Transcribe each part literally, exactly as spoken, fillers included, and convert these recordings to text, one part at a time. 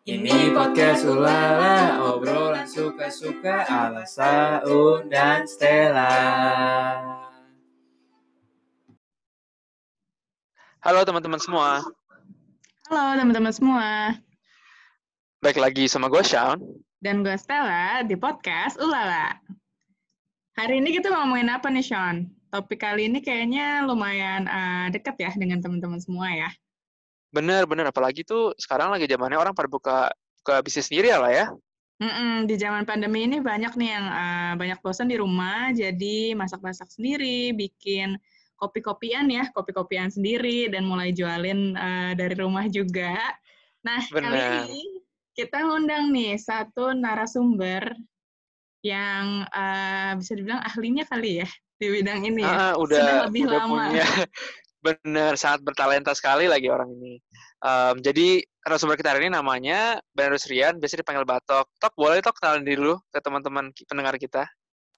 Ini podcast Ulala, obrolan suka-suka ala Saun dan Stella. Halo teman-teman semua. Halo teman-teman semua. Baik lagi sama gue Shaun. Dan gue Stella di podcast Ulala. Hari ini kita mau ngomongin apa nih Shaun? Topik kali ini kayaknya lumayan uh, dekat ya dengan teman-teman semua ya. Bener-bener, apalagi tuh sekarang lagi zamannya orang pada buka, buka bisnis sendiri ya lah ya. Mm-mm, di zaman pandemi ini banyak nih yang uh, banyak bosan di rumah, jadi masak-masak sendiri, bikin kopi-kopian ya, kopi-kopian sendiri, dan mulai jualin uh, dari rumah juga. Nah, Bener. Kali ini kita ngundang nih satu narasumber yang uh, bisa dibilang ahlinya kali ya di bidang ini ya. Ah, udah, Sudah lebih udah lama. punya, bener, sangat bertalenta sekali lagi orang ini. Um, jadi narasumber kita hari ini namanya Benarus Rian, biasa dipanggil Batok. Tok, boleh Tok kenalin diri dulu ke teman-teman pendengar kita.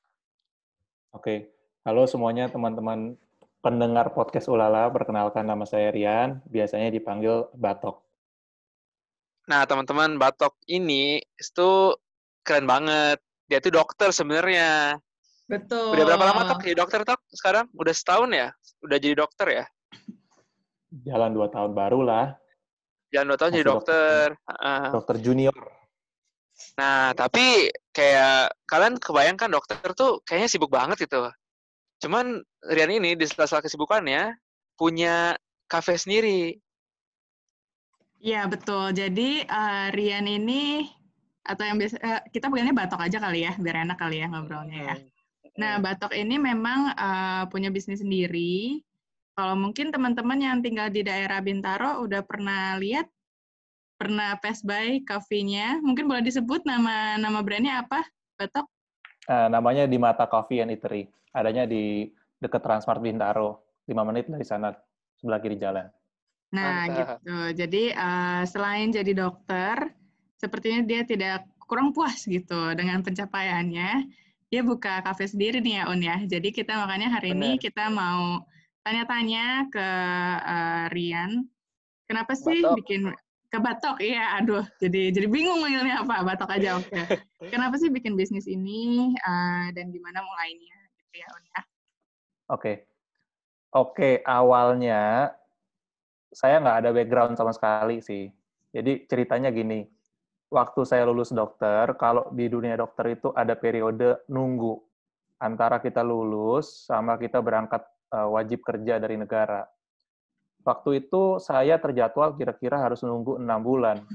Oke, halo semuanya teman-teman pendengar podcast Ulala, perkenalkan nama saya Rian, biasanya dipanggil Batok. Nah, teman-teman, Batok ini itu keren banget. Dia tuh dokter sebenarnya. Betul. Udah berapa lama Tok jadi dokter Tok sekarang? Udah setahun ya? Udah jadi dokter ya? Jalan dua tahun baru lah. Jalan dua tahun Masih jadi dokter. Dokter, Uh. dokter junior. Nah, tapi kayak kalian kebayangkan dokter tuh kayaknya sibuk banget gitu. Cuman Rian ini di sela-sela kesibukannya punya kafe sendiri. Iya, betul. Jadi uh, Rian ini, atau yang biasa, uh, kita panggilnya Batok aja kali ya, biar enak kali ya ngobrolnya ya. Nah, Batok ini memang uh, punya bisnis sendiri. Kalau mungkin teman-teman yang tinggal di daerah Bintaro udah pernah lihat, pernah pass by coffee-nya. Mungkin boleh disebut nama nama brandnya apa, Batok? Uh, namanya Di Mata Coffee and Eatery. Adanya di dekat Transmart Bintaro. lima menit dari sana, sebelah kiri jalan. Nah, Mantap. gitu. Jadi, uh, selain jadi dokter, sepertinya dia tidak kurang puas gitu dengan pencapaiannya. Dia buka kafe sendiri nih ya, Un ya. Jadi kita makanya hari Bener. ini kita mau tanya-tanya ke uh, Rian, kenapa sih Batok. bikin ke Batok? Iya, aduh, jadi jadi bingung manggilnya apa. Batok aja, oke. Okay. Kenapa sih bikin bisnis ini uh, dan gimana mulainya gitu ya, Un ya? Oke, okay. oke okay, awalnya saya nggak ada background sama sekali sih. Jadi ceritanya gini. Waktu saya lulus dokter, kalau di dunia dokter itu ada periode nunggu antara kita lulus sama kita berangkat uh, wajib kerja dari negara. Waktu itu saya terjadwal kira-kira harus nunggu enam bulan.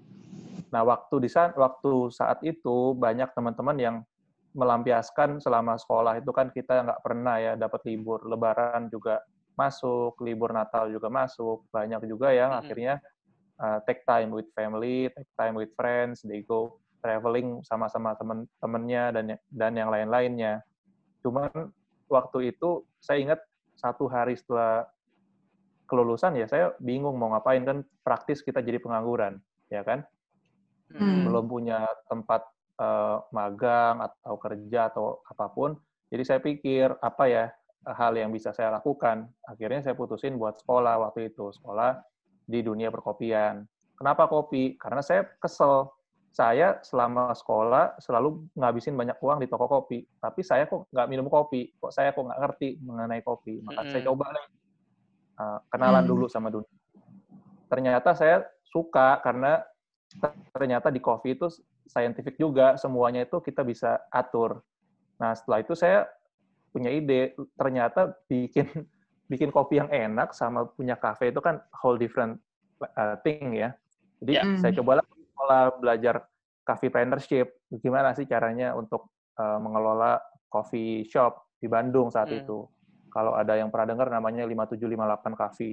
Nah, waktu di saat waktu saat itu banyak teman-teman yang melampiaskan selama sekolah itu kan kita nggak pernah ya dapat libur, Lebaran juga masuk, libur Natal juga masuk, banyak juga yang Mm-hmm. akhirnya Uh, take time with family, take time with friends, they go traveling sama-sama temen-temennya dan dan yang lain-lainnya. Cuman waktu itu saya ingat satu hari setelah kelulusan ya saya bingung mau ngapain, kan praktis kita jadi pengangguran, ya kan? Hmm. Belum punya tempat uh, magang atau kerja atau apapun. Jadi saya pikir apa ya hal yang bisa saya lakukan. Akhirnya saya putusin buat sekolah waktu itu, sekolah di dunia perkopian. Kenapa kopi? Karena saya kesel. Saya selama sekolah selalu ngabisin banyak uang di toko kopi. Tapi saya kok nggak minum kopi. Kok saya kok nggak ngerti mengenai kopi. Maka mm-hmm. saya coba uh, kenalan mm. dulu sama dunia. Ternyata saya suka karena ternyata di kopi itu scientific juga. Semuanya itu kita bisa atur. Nah setelah itu saya punya ide. Ternyata bikin bikin kopi yang enak sama punya kafe itu kan whole different uh, thing ya. Jadi yeah. saya coba lah belajar coffeepreneurship. Gimana sih caranya untuk uh, mengelola coffee shop di Bandung saat mm. itu. Kalau ada yang pernah dengar namanya lima tujuh lima delapan Coffee.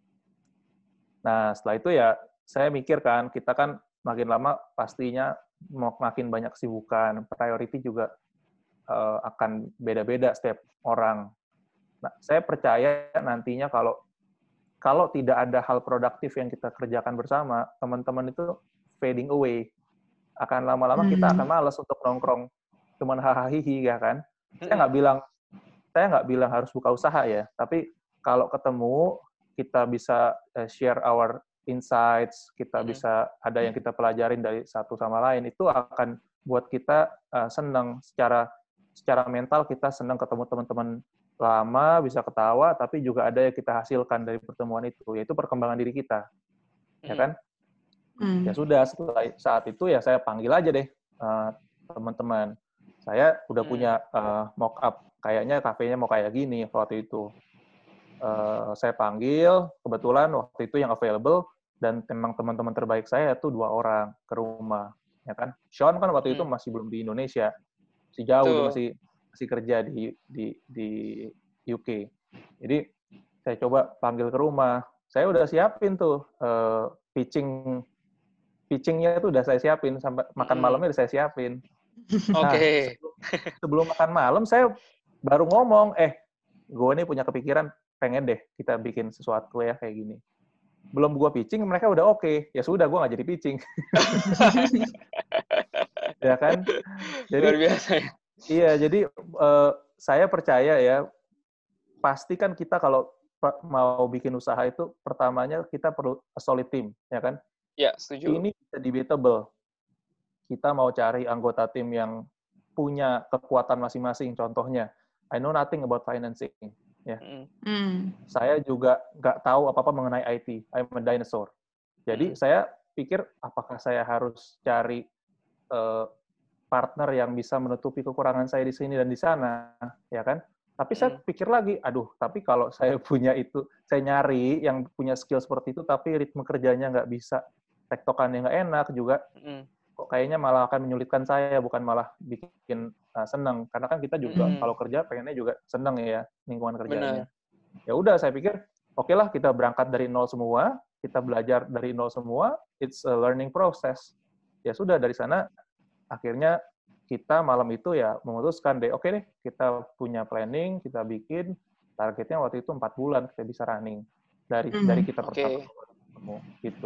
Nah setelah itu ya saya mikir kan, kita kan makin lama pastinya mau makin banyak kesibukan. Priority juga uh, akan beda-beda setiap orang. Nah, saya percaya nantinya kalau kalau tidak ada hal produktif yang kita kerjakan bersama, teman-teman itu fading away. Akan lama-lama kita akan malas untuk nongkrong, cuman hahaha ya kan. Saya nggak bilang saya nggak bilang harus buka usaha ya, tapi kalau ketemu kita bisa share our insights, kita Mm-mm. bisa ada yang kita pelajarin dari satu sama lain, itu akan buat kita uh, senang secara secara mental, kita senang ketemu teman-teman lama, bisa ketawa, tapi juga ada yang kita hasilkan dari pertemuan itu, yaitu perkembangan diri kita, ya kan? Hmm. Ya sudah, setelah saat itu ya saya panggil aja deh uh, teman-teman. Saya udah Hmm. punya uh, mock up, kayaknya kafenya mau kayak gini waktu itu. Uh, saya panggil, kebetulan waktu itu yang available, dan memang teman-teman terbaik saya itu dua orang ke rumah, ya kan? Sean kan waktu Hmm. itu masih belum di Indonesia, masih jauh, dia Betul. masih masih kerja di di di U K. Jadi saya coba panggil ke rumah, saya udah siapin tuh uh, pitching pitchingnya itu udah saya siapin, sampai makan Mm-mm. malamnya udah saya siapin. Nah, Oke. sebelum, sebelum makan malam saya baru ngomong, eh, gue nih punya kepikiran, pengen deh kita bikin sesuatu ya kayak gini. Belum gue pitching, mereka udah oke. Okay. Ya sudah, gue nggak jadi pitching. Ya kan? Jadi, Luar biasa ya. iya, jadi uh, saya percaya ya, pasti kan kita kalau mau bikin usaha itu, pertamanya kita perlu a solid team, ya kan? Ya, setuju. Ini bisa debatable. Kita mau cari anggota tim yang punya kekuatan masing-masing. Contohnya, I know nothing about financing. Ya. Mm. Saya juga nggak tahu apa-apa mengenai I T. I'm a dinosaur. Jadi Mm. saya pikir, apakah saya harus cari uh, partner yang bisa menutupi kekurangan saya di sini dan di sana, ya kan? Tapi saya Mm. pikir lagi, aduh, tapi kalau saya punya itu, saya nyari yang punya skill seperti itu, tapi ritme kerjanya nggak bisa, tektokannya nggak enak juga, Mm. kok kayaknya malah akan menyulitkan saya, bukan malah bikin uh, senang. Karena kan kita juga Mm. kalau kerja pengennya juga senang ya lingkungan kerjanya. Benar. Ya udah, saya pikir oke okay lah, kita berangkat dari nol semua, kita belajar dari nol semua, it's a learning process. Ya sudah, dari sana akhirnya kita malam itu ya memutuskan deh, oke okay deh, kita punya planning, kita bikin, targetnya waktu itu empat bulan kita bisa running dari Mm. dari kita Oke. pertama ketemu gitu.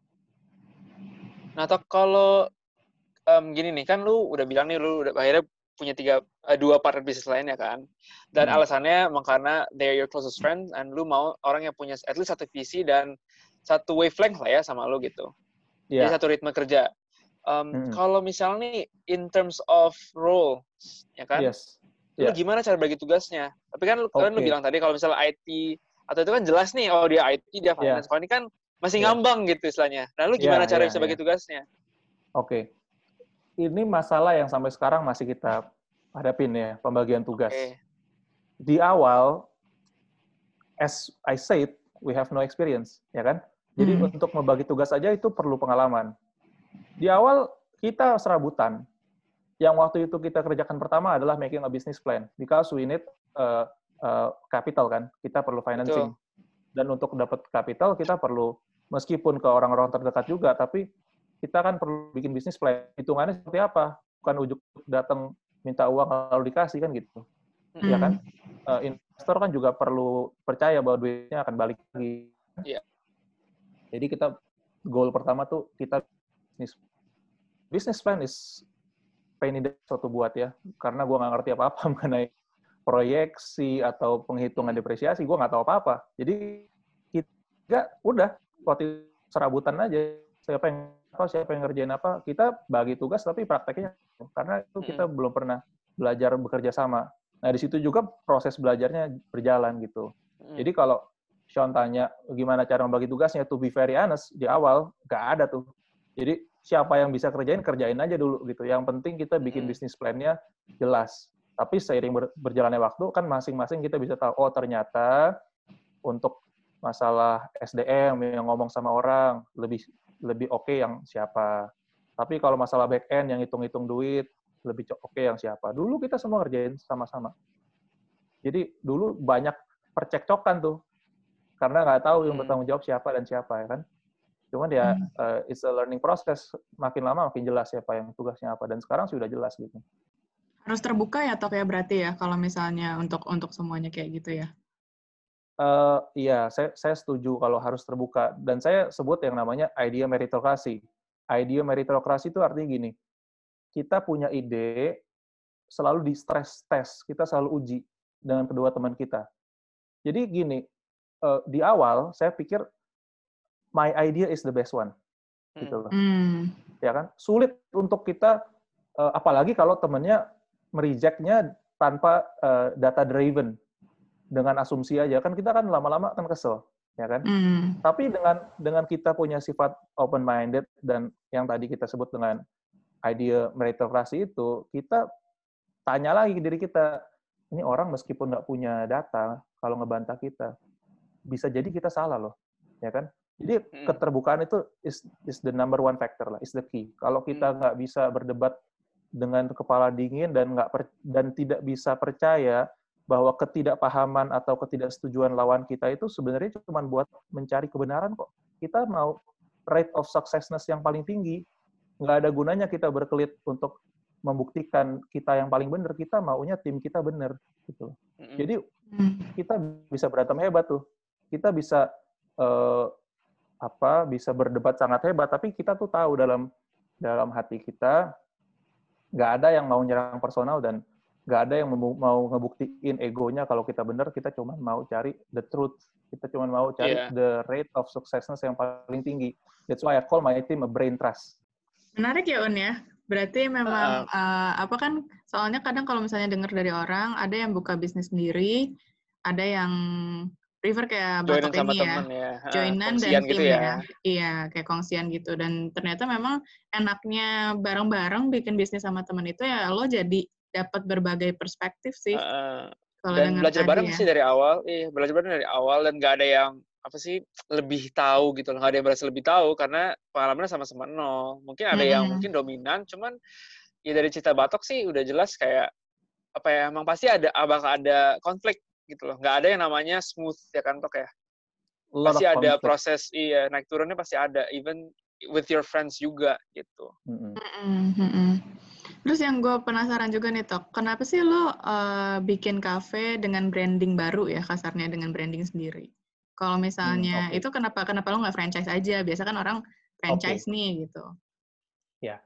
Nah, atau kalau um, gini nih, kan lu udah bilang nih, lu udah akhirnya punya tiga, uh, dua partner bisnis lainnya kan, dan Hmm. alasannya emang karena they're your closest friends, and lu mau orang yang punya at least satu visi dan satu wavelength lah ya sama lu gitu. Jadi Yeah. satu ritme kerja. Um, Hmm. Kalau misalnya nih, in terms of role, ya kan, Yes. lu Yeah. gimana cara bagi tugasnya? Tapi kan lu, kan lu Oke. bilang tadi kalau misalnya I T, atau itu kan jelas nih, oh dia I T, dia finance. Yeah. Kalau ini kan masih Yeah. ngambang gitu istilahnya. Nah, lu Yeah, gimana cara yeah, bisa bagi yeah. tugasnya? Oke. Okay. Ini masalah yang sampai sekarang masih kita hadapin ya, pembagian tugas. Okay. Di awal, as I said, we have no experience, ya kan? Jadi Hmm. untuk membagi tugas aja itu perlu pengalaman. Di awal kita serabutan. Yang waktu itu kita kerjakan pertama adalah making a business plan, because we need uh, uh, capital kan, kita perlu financing. Betul. Dan untuk dapat capital kita perlu, meskipun ke orang-orang terdekat juga, tapi kita kan perlu bikin business plan. Hitungannya seperti apa? Bukan ujuk datang minta uang lalu dikasih kan gitu. Hmm. Ya kan? Uh, investor kan juga perlu percaya bahwa duitnya akan balik lagi. Iya. Jadi kita goal pertama tuh kita business business plan is pain in the suatu buat ya. Karena gue nggak ngerti apa-apa mengenai proyeksi atau penghitungan depresiasi, gue nggak tahu apa-apa. Jadi kita udah waktu serabutan aja, siapa yang apa, siapa yang ngerjain apa, kita bagi tugas tapi prakteknya, karena itu kita Mm-hmm. belum pernah belajar bekerja sama. Nah di situ juga proses belajarnya berjalan gitu. Mm-hmm. Jadi kalau Sean tanya gimana cara membagi tugasnya, to be very honest, di awal nggak ada tuh. Jadi siapa yang bisa kerjain, kerjain aja dulu gitu. Yang penting kita bikin Mm-hmm. bisnis plan-nya jelas. Tapi seiring ber, berjalannya waktu, kan masing-masing kita bisa tahu, oh ternyata untuk masalah S D M yang ngomong sama orang, lebih lebih oke okay yang siapa. Tapi kalau masalah back end yang hitung-hitung duit, lebih oke okay yang siapa. Dulu kita semua ngerjain sama-sama. Jadi dulu banyak percekcokan tuh, karena nggak tahu yang bertanggung jawab siapa dan siapa, ya kan. Cuman ya, Hmm. uh, it's a learning process. Makin lama makin jelas siapa yang tugasnya apa. Dan sekarang sudah jelas gitu. Harus terbuka ya, Tok, ya berarti ya, kalau misalnya untuk untuk semuanya kayak gitu ya? Uh, iya, saya, saya setuju kalau harus terbuka. Dan saya sebut yang namanya idea meritokrasi. Idea meritokrasi itu artinya gini, kita punya ide, selalu di stress test, kita selalu uji dengan kedua teman kita. Jadi gini, uh, di awal saya pikir my idea is the best one. Gitu loh. Hmm. Ya kan? Sulit untuk kita, uh, apalagi kalau temennya merejectnya tanpa uh, data driven, dengan asumsi aja. Kan kita kan lama-lama kan kesel. Ya kan? Hmm. Tapi dengan dengan kita punya sifat open minded dan yang tadi kita sebut dengan idea meritokrasi itu, kita tanya lagi ke diri kita, ini orang meskipun nggak punya data, kalau ngebantah kita, bisa jadi kita salah loh, ya kan? Jadi keterbukaan itu is is the number one factor lah, is the key. Kalau kita nggak bisa berdebat dengan kepala dingin dan nggak per, dan tidak bisa percaya bahwa ketidakpahaman atau ketidaksetujuan lawan kita itu sebenarnya cuma buat mencari kebenaran kok. Kita mau rate of successness yang paling tinggi, nggak ada gunanya kita berkelit untuk membuktikan kita yang paling benar, kita maunya tim kita benar. Gitu. Jadi kita bisa berantem hebat tuh. Kita bisa eh, apa bisa berdebat sangat hebat, tapi kita tuh tahu dalam dalam hati kita nggak ada yang mau nyerang personal dan nggak ada yang mau ngebuktiin egonya kalau kita benar, kita cuma mau cari the truth. Kita cuma mau cari yeah. the rate of successness yang paling tinggi. That's why I call my team a brain trust. Menarik ya, Un ya. Berarti memang, uh, uh, apa kan, soalnya kadang kalau misalnya dengar dari orang, ada yang buka bisnis sendiri, ada yang prefer kayak Batok ini ya, ya. Joinan dan tim gitu ya. ya. Iya, kayak kongsian gitu. Dan ternyata memang enaknya bareng-bareng bikin bisnis sama teman itu ya lo jadi dapat berbagai perspektif sih. Uh, dan belajar bareng ya. sih dari awal, iya belajar bareng dari awal dan nggak ada yang apa sih lebih tahu gitu, nggak ada yang berasa lebih tahu karena pengalamannya sama-sama nol. Mungkin ada mm-hmm. yang mungkin dominan, cuman ya dari cerita Batok sih udah jelas kayak apa ya, emang pasti ada bakal ada konflik gitu loh. Nggak ada yang namanya smooth ya kan Tok ya. Pasti ada conflict. Proses iya naik turunnya pasti ada, even with your friends juga gitu. Mm-hmm. Mm-hmm. Terus yang gue penasaran juga nih, Tok, kenapa sih lo uh, bikin kafe dengan branding baru ya, kasarnya dengan branding sendiri? Kalau misalnya hmm, okay. itu kenapa kenapa lo nggak franchise aja? Biasa kan orang franchise okay. nih gitu. Ya,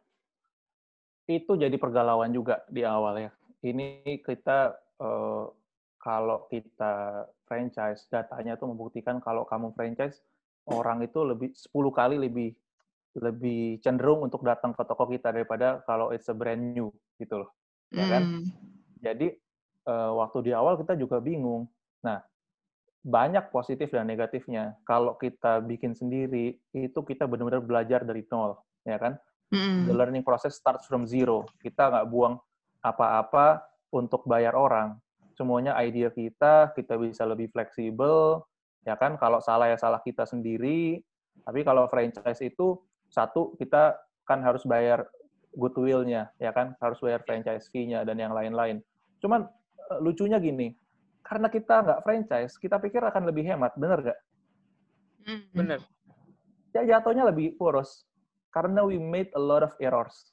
itu jadi pergalauan juga di awal ya. Ini kita uh, kalau kita franchise, datanya tuh membuktikan kalau kamu franchise, orang itu lebih sepuluh kali lebih lebih cenderung untuk datang ke toko kita daripada kalau it's a brand new gitu loh, ya kan? Mm. Jadi uh, waktu di awal kita juga bingung. Nah, banyak positif dan negatifnya. Kalau kita bikin sendiri, itu kita benar-benar belajar dari nol, ya kan? Mm. The learning process starts from zero. Kita nggak buang apa-apa untuk bayar orang. Semuanya idea kita, kita bisa lebih fleksibel, ya kan? Kalau salah ya salah kita sendiri. Tapi kalau franchise itu satu, kita kan harus bayar goodwill-nya, ya kan? Harus bayar franchise fee-nya dan yang lain-lain. Cuman lucunya gini, karena kita nggak franchise, kita pikir akan lebih hemat, bener nggak? Bener. Ya jatuhnya lebih boros, karena we made a lot of errors.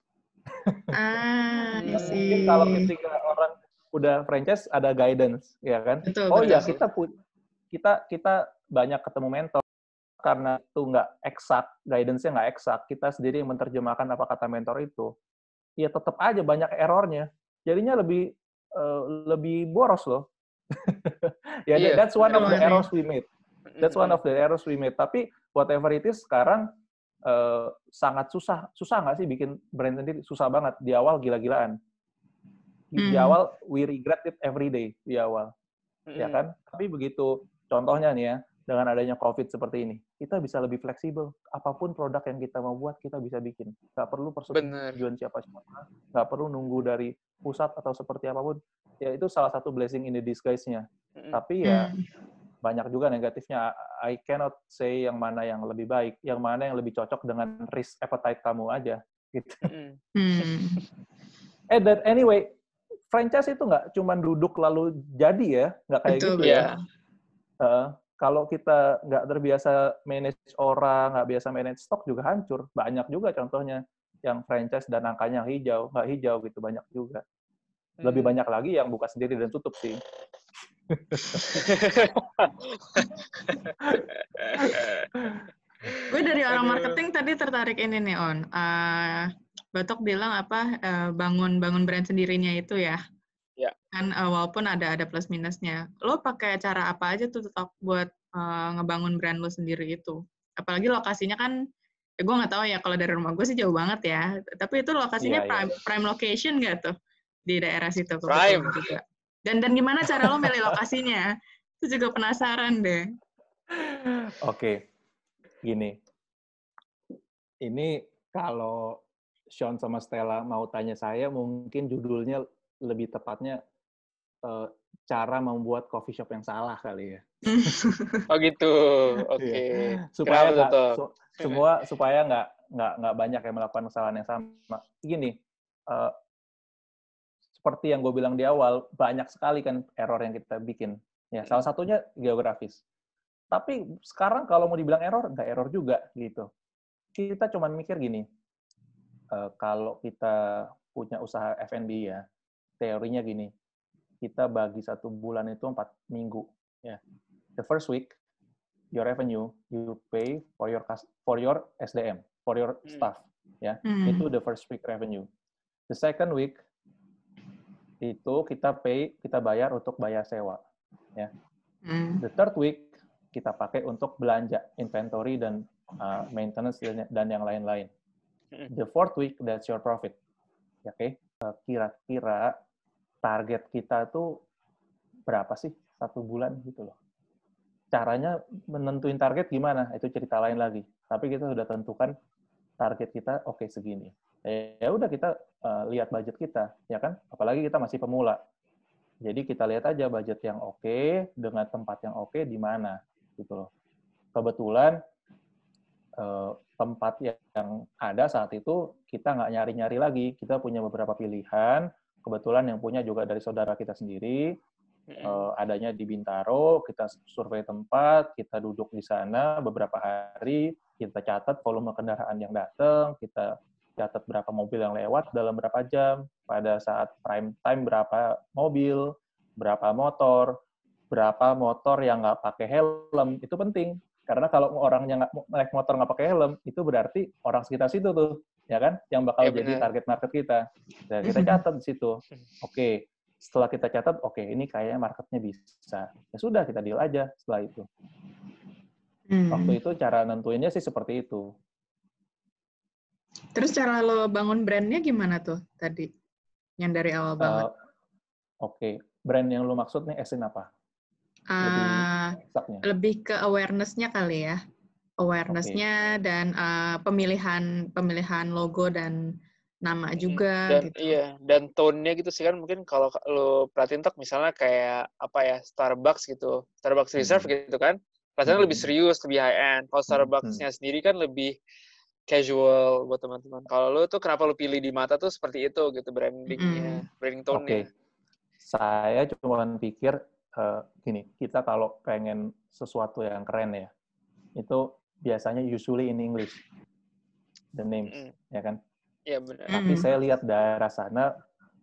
Ah, mungkin kalau ketika orang udah franchise ada guidance, ya kan? Betul, oh betul. ya kita kita kita banyak ketemu mentor. Karena itu nggak eksak, guidance-nya nggak eksak, kita sendiri yang menerjemahkan apa kata mentor itu, ya tetap aja banyak errornya. Jadinya lebih uh, lebih boros loh. ya, yeah, that's one of the errors we made. That's one of the errors we made. Tapi whatever it is, sekarang uh, sangat susah. Susah nggak sih bikin brand sendiri? Susah banget. Di awal gila-gilaan. Di, mm. di awal, we regret it every day. Di awal. Mm. Ya kan? Tapi begitu, contohnya nih ya, dengan adanya COVID seperti ini, kita bisa lebih fleksibel. Apapun produk yang kita mau buat, kita bisa bikin. Nggak perlu persetujuan siapa-siapa. Nggak perlu nunggu dari pusat atau seperti apapun. Ya, itu salah satu blessing in the disguise-nya. Mm-hmm. Tapi ya, mm. banyak juga negatifnya. I cannot say yang mana yang lebih baik, yang mana yang lebih cocok dengan risk appetite kamu aja. Gitu. Mm. eh, that anyway, franchise itu nggak cuma duduk lalu jadi ya. Nggak kayak Betul, gitu ya. Uh, Kalau kita nggak terbiasa manage orang, nggak biasa manage stok juga hancur. Banyak juga contohnya yang franchise dan angkanya hijau, nggak hijau gitu, banyak juga. Lebih hmm. banyak lagi yang buka sendiri dan tutup sih. Gue dari orang marketing tadi tertarik ini nih, On. Uh, Batok bilang apa, uh, bangun bangun brand sendirinya itu ya. Ya. Kan uh, walaupun ada ada plus minusnya. Lo pakai cara apa aja tuh tetap buat uh, ngebangun brand lo sendiri itu? Apalagi lokasinya kan, ya gue nggak tahu ya kalau dari rumah gue sih jauh banget ya. Tapi itu lokasinya Iya, prime, iya. prime location nggak tuh di daerah situ Prime. kebetulan juga. Dan dan gimana cara lo milih lokasinya? Itu juga penasaran deh. Oke, gini. Ini kalau Sean sama Stella mau tanya saya, mungkin judulnya lebih tepatnya eh, cara membuat coffee shop yang salah kali ya. Oh gitu, oke. Iya. Supaya Kenapa nggak tuh? su- semua supaya nggak nggak nggak banyak yang melakukan kesalahan yang sama. Gini, eh, seperti yang gue bilang di awal, banyak sekali kan error yang kita bikin. Ya, salah satunya geografis. Tapi sekarang kalau mau dibilang error, nggak error juga gitu. Kita cuma mikir gini, eh, kalau kita punya usaha F and B ya, teorinya gini, kita bagi satu bulan itu empat minggu. Ya, the first week, your revenue you pay for your for your S D M, for your staff. Ya, Hmm. itu the first week revenue. The second week itu kita pay, kita bayar untuk bayar sewa. Ya. Hmm. The third week kita pakai untuk belanja, inventory dan uh, maintenance dan, dan yang lain-lain. The fourth week that's your profit. Oke, okay? uh, kira-kira target kita tuh berapa sih satu bulan gitu loh. Caranya menentuin target gimana? Itu cerita lain lagi. Tapi kita sudah tentukan target kita oke okay, segini. Ya udah kita uh, lihat budget kita, ya kan? Apalagi kita masih pemula. Jadi kita lihat aja budget yang oke okay, dengan tempat yang oke okay, di mana gitu loh. Kebetulan eh, tempat yang ada saat itu kita nggak nyari-nyari lagi, kita punya beberapa pilihan. Kebetulan yang punya juga dari saudara kita sendiri, eh, adanya di Bintaro. Kita survei tempat, kita duduk di sana beberapa hari, kita catat volume kendaraan yang datang, kita catat berapa mobil yang lewat dalam berapa jam, pada saat prime time berapa mobil, berapa motor, berapa motor yang nggak pakai helm, itu penting. Karena kalau orangnya nggak naik motor nggak pakai helm, itu berarti orang sekitar situ tuh, ya kan, yang bakal Ya, jadi benar. target market kita. Dan kita catat di situ. Oke, setelah kita catat, oke, ini kayaknya marketnya bisa. Ya sudah, kita deal aja setelah itu. Hmm. Waktu itu cara nentuinnya sih seperti itu. Terus cara lo bangun brandnya gimana tuh tadi? Yang dari awal banget. Uh, oke, okay. Brand yang lu maksud nih esin apa? Lebih Uh, eksaknya? lebih ke awareness-nya kali ya. Awareness-nya okay. Dan uh, pemilihan pemilihan logo dan nama juga dan, gitu. Iya, dan tone-nya gitu sih kan mungkin kalau lo perhatiin tak misalnya kayak apa ya, Starbucks gitu. Starbucks Reserve hmm. gitu kan. Rasanya hmm. lebih serius, lebih high end. Kalau Starbucks-nya hmm. sendiri kan lebih casual buat teman-teman. Kalau lo tuh kenapa lo pilih di mata tuh seperti itu gitu brandingnya, hmm. branding tone-nya. Oke. Okay. Saya cuma pikir uh, gini, kita kalau pengen sesuatu yang keren ya, itu biasanya usually in English, the names, mm. ya kan? Iya benar. Tapi mm. saya lihat daerah sana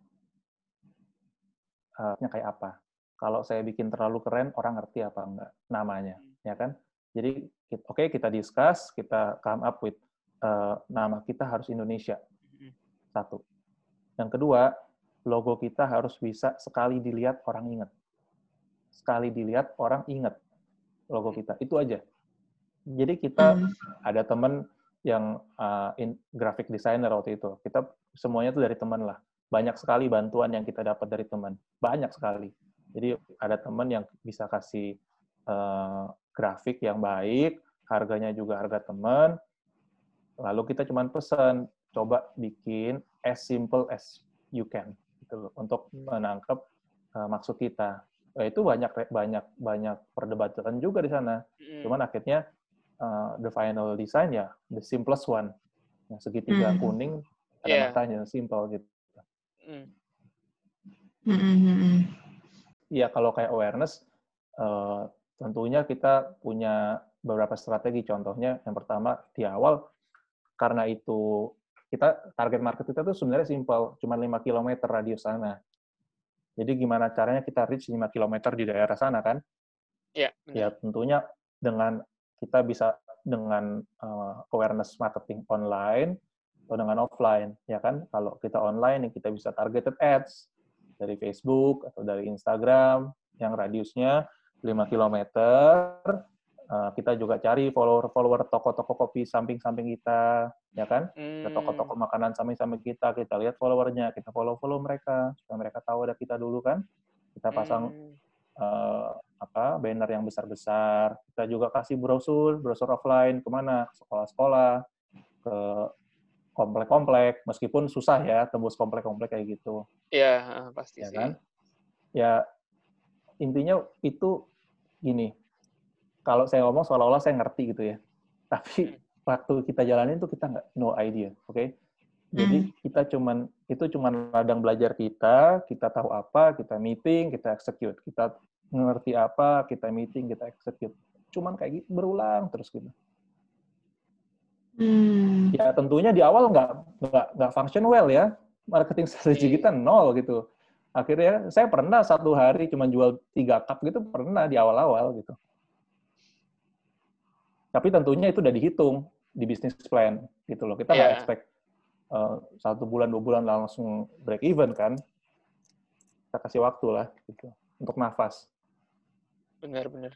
uh, kayak apa. Kalau saya bikin terlalu keren, orang ngerti apa enggak namanya, mm. ya kan? Jadi oke okay, kita discuss, kita come up with uh, nama kita harus Indonesia, mm. satu. Yang kedua, logo kita harus bisa sekali dilihat orang ingat. Sekali dilihat orang ingat logo kita. Itu aja. Jadi kita mm. ada teman yang uh, in, graphic designer waktu itu. Kita semuanya itu dari teman lah. Banyak sekali bantuan yang kita dapat dari teman. Banyak sekali. Jadi ada teman yang bisa kasih uh, grafik yang baik, harganya juga harga teman. Lalu kita cuma pesan, coba bikin as simple as you can. Gitu loh, untuk menangkap uh, maksud kita. Nah, itu banyak banyak banyak perdebatan juga di sana. Mm. Cuman akhirnya uh, the final design ya the simplest one. Yang segitiga mm. kuning ada yeah. matanya, simple gitu. Mm. Mm-hmm. Ya kalau kayak awareness uh, tentunya kita punya beberapa strategi. Contohnya yang pertama di awal karena itu kita target market kita tuh sebenarnya simple, cuma lima kilometer radius sana. Jadi gimana caranya kita reach lima kilometer di daerah sana kan? Ya, ya tentunya dengan kita bisa dengan uh, awareness marketing online atau dengan offline, ya kan? Kalau kita online kita bisa targeted ads dari Facebook atau dari Instagram yang radiusnya lima kilometer, Uh, kita juga cari follower-follower toko-toko kopi samping-samping kita, ya kan? Ada toko-toko makanan samping-samping kita, kita lihat followernya, kita follow-follow mereka, supaya mereka tahu ada kita dulu kan. Kita pasang uh, apa banner yang besar-besar. Kita juga kasih brosur, brosur offline kemana? Ke sekolah-sekolah, ke komplek-komplek, meskipun susah ya tembus komplek-komplek kayak gitu. Iya, pasti ya sih. Kan? Ya intinya itu gini. Kalau saya ngomong seolah-olah saya ngerti gitu ya. Tapi waktu kita jalanin tuh kita nggak no idea, oke? Okay? Jadi hmm. kita cuman itu cuman ladang belajar kita, kita tahu apa, kita meeting, kita execute. Kita ngerti apa, kita meeting, kita execute. Cuman kayak gitu berulang terus gitu. Hmm. Ya tentunya di awal nggak nggak nggak function well ya. Marketing strategi kita nol gitu. Akhirnya saya pernah satu hari cuma jual tiga cup gitu, pernah di awal-awal gitu. Tapi tentunya itu udah dihitung di business plan gitu loh. Kita nggak yeah. expect uh, satu bulan dua bulan langsung break even kan. Kita kasih waktu lah gitu untuk nafas. Benar-benar.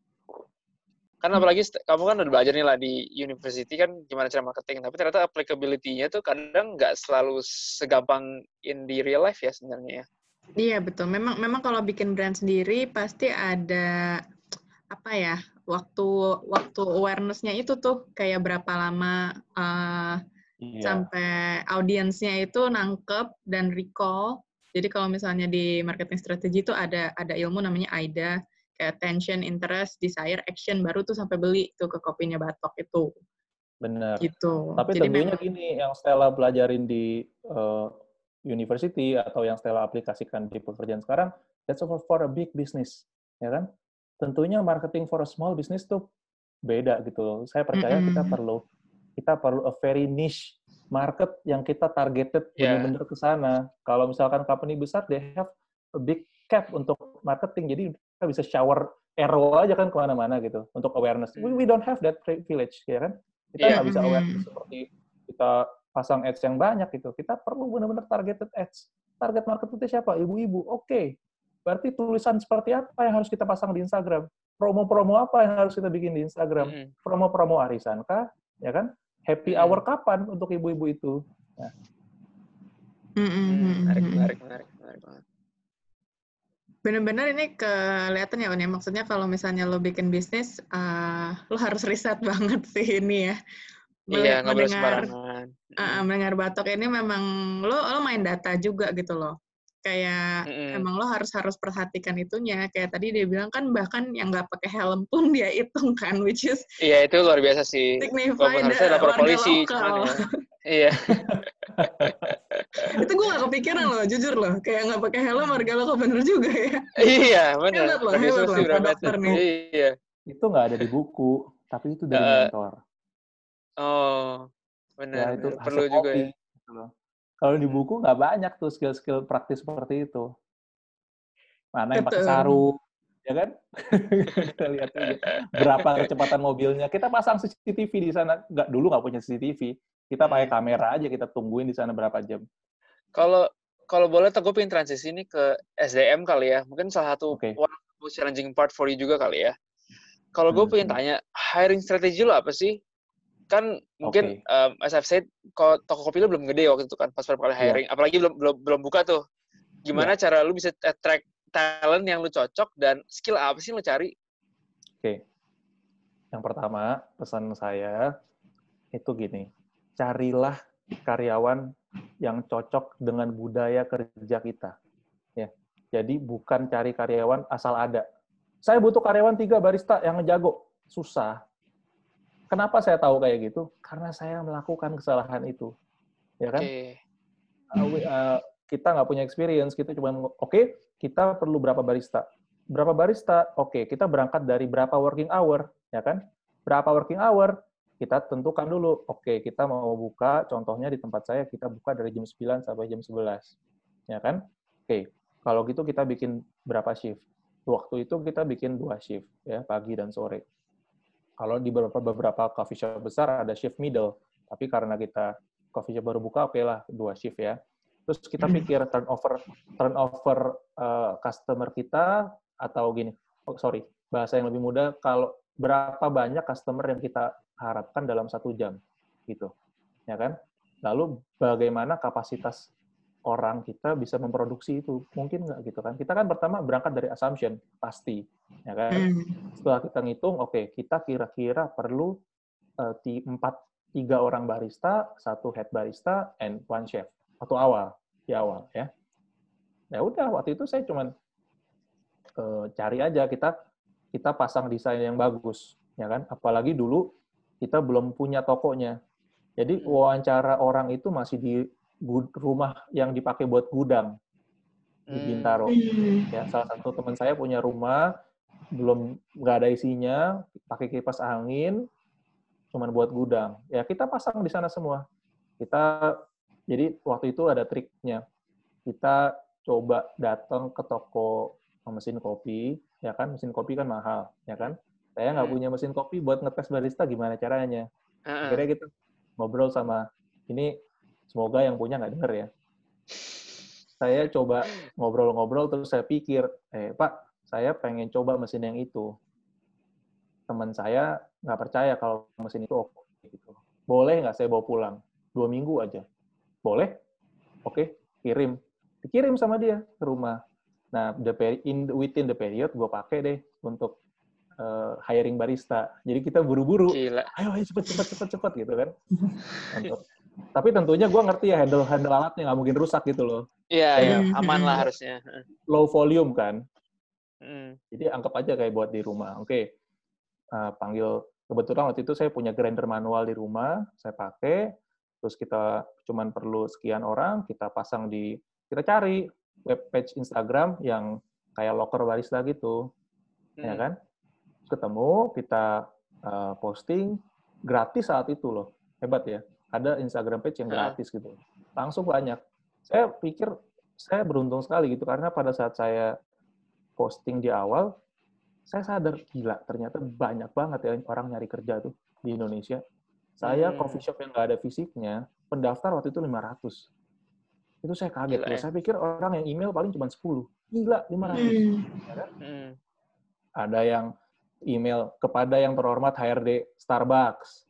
Karena apalagi kamu kan udah belajar nih lah di university kan gimana cara marketing. Tapi ternyata applicability-nya tuh kadang nggak selalu segampang in the real life ya sebenarnya. Iya betul. Memang memang kalau bikin brand sendiri pasti ada apa ya? waktu waktu awareness-nya itu tuh kayak berapa lama uh, yeah. sampai audiensnya itu nangkep dan recall. Jadi kalau misalnya di marketing strategi itu ada ada ilmu namanya A I D A, kayak attention, interest, desire, action, baru tuh sampai beli tuh ke kopinya Batok itu. Benar. Gitu. Tapi Jadi tentunya memang, gini, yang Stella pelajarin di uh, university atau yang Stella aplikasikan di pekerjaan sekarang, that's for, for a big business, ya kan? Tentunya marketing for a small business tuh beda gitu. Saya percaya mm-hmm. kita perlu kita perlu a very niche market yang kita targeted yeah. benar-benar ke sana. Kalau misalkan company besar, they have a big cap untuk marketing, jadi kita bisa shower arrow aja kan kemana-mana gitu untuk awareness. We, we don't have that privilege, ya kan? Kita nggak yeah. bisa awareness seperti kita pasang ads yang banyak gitu. Kita perlu benar-benar targeted ads. Target market itu siapa? Ibu-ibu. Oke. Okay. Berarti tulisan seperti apa yang harus kita pasang di Instagram? Promo-promo apa yang harus kita bikin di Instagram? Mm-hmm. Promo-promo arisan kah? Ya kan? Happy mm-hmm. hour kapan untuk ibu-ibu itu? Ya. Mm-hmm. Menarik, menarik, menarik, menarik banget. Benar-benar ini kelihatan ya, On, ya. Maksudnya kalau misalnya lo bikin bisnis, uh, lo harus riset banget sih ini ya. Mel- iya, nggak boleh sembarangan. Uh, mendengar Batok ini memang lo, lo main data juga gitu loh. Kayak mm-hmm. emang lo harus harus perhatikan itunya. Kayak tadi dia bilang kan bahkan yang nggak pakai helm pun dia hitung kan, which is iya itu luar biasa sih. Signify harusnya lapor polisi. Lokal. Ya. Iya. Itu gue nggak kepikiran loh, jujur loh. Kayak nggak pakai helm warga lokal bener juga ya. Iya benar. Hebat loh, hebat loh. Pak dokter nih. Iya. Itu nggak ada di buku, tapi itu dari uh, mentor. Oh, benar. Ya, itu perlu juga ya. Kalau di buku nggak banyak tuh skill-skill praktis seperti itu. Mana yang pakai sarung, ya kan? Kita lihat aja berapa kecepatan mobilnya. Kita pasang C C T V di sana. Nggak, dulu nggak punya C C T V. Kita pakai kamera aja, kita tungguin di sana berapa jam. Kalau kalau boleh, gue pengen transisi ini ke S D M kali ya. Mungkin salah satu okay. one of the most challenging part for you juga kali ya. Kalau gue hmm. pengen tanya, hiring strategy lo apa sih? Kan mungkin okay. um, as I've said, kalau toko kopi lu belum gede waktu itu kan pas pertama kali hiring, yeah. apalagi belum belum belum buka tuh. Gimana yeah. cara lu bisa attract talent yang lu cocok dan skill apa sih lu cari? Oke. Okay. Yang pertama, pesan saya itu gini. Carilah karyawan yang cocok dengan budaya kerja kita. Ya. Jadi bukan cari karyawan asal ada. Saya butuh karyawan tiga barista yang jago. Susah. Kenapa saya tahu kayak gitu? Karena saya melakukan kesalahan itu, ya kan? Okay. Uh, we, uh, kita nggak punya experience, kita cuma oke, okay, kita perlu berapa barista? Berapa barista? Oke, okay, kita berangkat dari berapa working hour, ya kan? Berapa working hour? Kita tentukan dulu. Oke, okay, kita mau buka, contohnya di tempat saya kita buka dari jam sembilan sampai jam sebelas, ya kan? Oke, okay. Kalau gitu kita bikin berapa shift? Waktu itu kita bikin dua shift, ya, pagi dan sore. Kalau di beberapa, beberapa coffee shop besar ada shift middle, tapi karena kita coffee shop baru buka, oke okay lah, dua shift ya. Terus kita pikir turnover turnover uh, customer kita, atau gini, oh sorry, bahasa yang lebih mudah, kalau berapa banyak customer yang kita harapkan dalam satu jam, gitu, ya kan? Lalu bagaimana kapasitas orang kita bisa memproduksi itu, mungkin nggak gitu kan? Kita kan pertama berangkat dari assumption, pasti, ya kan? Setelah kita ngitung, oke, okay, kita kira-kira perlu uh, empat, tiga orang barista, satu head barista, and one chef. Waktu awal, di awal, ya. Ya udah, waktu itu saya cuman uh, cari aja, kita kita pasang desain yang bagus, ya kan? Apalagi dulu kita belum punya tokonya. Jadi wawancara orang itu masih di rumah yang dipakai buat gudang di Bintaro. Ya, salah satu teman saya punya rumah belum nggak ada isinya, pakai kipas angin, cuman buat gudang. Ya kita pasang di sana semua. Kita jadi waktu itu ada triknya. Kita coba datang ke toko mesin kopi, ya kan, mesin kopi kan mahal, ya kan. Saya nggak punya mesin kopi buat ngetes barista gimana caranya. Akhirnya gitu ngobrol sama ini. Semoga yang punya nggak denger ya. Saya coba ngobrol-ngobrol, terus saya pikir, eh Pak, saya pengen coba mesin yang itu. Teman saya nggak percaya kalau mesin itu oke. Gitu. Boleh nggak saya bawa pulang? Dua minggu aja. Boleh? Oke, kirim. Dikirim sama dia ke rumah. Nah, the in, within the period, gue pakai deh untuk uh, hiring barista. Jadi kita buru-buru. Gila. Ayo, ayo, cepet, cepet, cepet, cepet, gitu kan. Untuk tapi tentunya gue ngerti ya handle handle alatnya nggak mungkin rusak gitu loh. Iya, ya, aman lah harusnya. Low volume kan. Mm. Jadi anggap aja kayak buat di rumah. Oke, okay. uh, panggil. Kebetulan waktu itu saya punya grinder manual di rumah, saya pakai. Terus kita cuman perlu sekian orang, kita pasang di, kita cari web page Instagram yang kayak locker barista gitu, mm. ya kan? Terus ketemu, kita uh, posting gratis saat itu loh, hebat ya. Ada Instagram page yang gratis gitu. Langsung banyak. Saya pikir saya beruntung sekali gitu, karena pada saat saya posting di awal, saya sadar, gila, ternyata banyak banget ya orang nyari kerja tuh di Indonesia. Saya hmm. coffee shop yang nggak ada fisiknya, pendaftar waktu itu lima ratus. Itu saya kaget. Gila, ya? Saya pikir orang yang email paling cuma sepuluh. Gila, lima ratus. Hmm. Ya kan? hmm. Ada yang email kepada yang terhormat H R D Starbucks.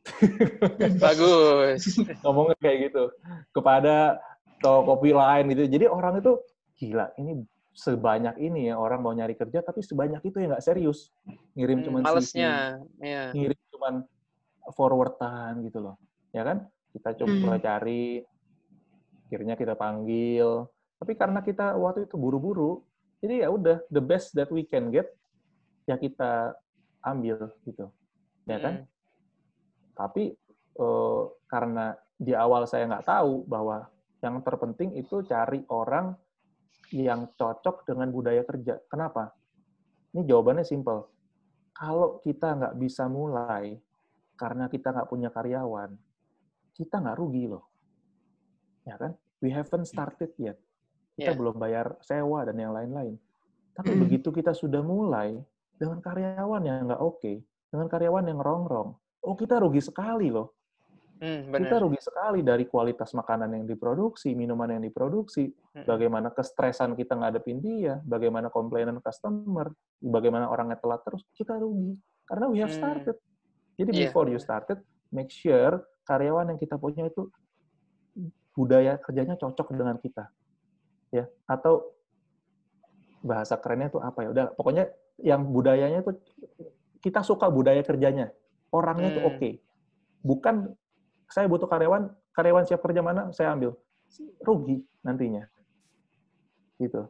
Bagus. Ngomongnya kayak gitu. Kepada toko kopi lain gitu. Jadi orang itu, gila, ini sebanyak ini ya orang mau nyari kerja, tapi sebanyak itu ya nggak serius. Ngirim hmm, cuman malesnya. C V, yeah. ngirim cuman forward-an gitu loh. Ya kan? Kita coba hmm. cari, akhirnya kita panggil. Tapi karena kita waktu itu buru-buru, jadi ya udah, the best that we can get, ya kita ambil gitu, ya kan? Hmm. Tapi eh, karena di awal saya nggak tahu bahwa yang terpenting itu cari orang yang cocok dengan budaya kerja. Kenapa? Ini jawabannya simple. Kalau kita nggak bisa mulai karena kita nggak punya karyawan, kita nggak rugi loh, ya kan? We haven't started yet. Kita yeah. belum bayar sewa dan yang lain-lain. Tapi mm. begitu kita sudah mulai dengan karyawan yang nggak oke, okay, dengan karyawan yang rongrong, oh kita rugi sekali loh. Hmm, kita rugi sekali dari kualitas makanan yang diproduksi, minuman yang diproduksi, hmm. bagaimana kestresan kita ngadepin dia, bagaimana komplainan customer, bagaimana orangnya telat terus, kita rugi. Karena we have started. Jadi yeah. before you started, make sure karyawan yang kita punya itu budaya kerjanya cocok dengan kita. Ya, atau bahasa kerennya itu apa ya? Udah, pokoknya yang budayanya itu kita suka budaya kerjanya, orangnya itu hmm. oke. Okay. Bukan saya butuh karyawan, karyawan siap kerja mana saya ambil, rugi nantinya, gitu.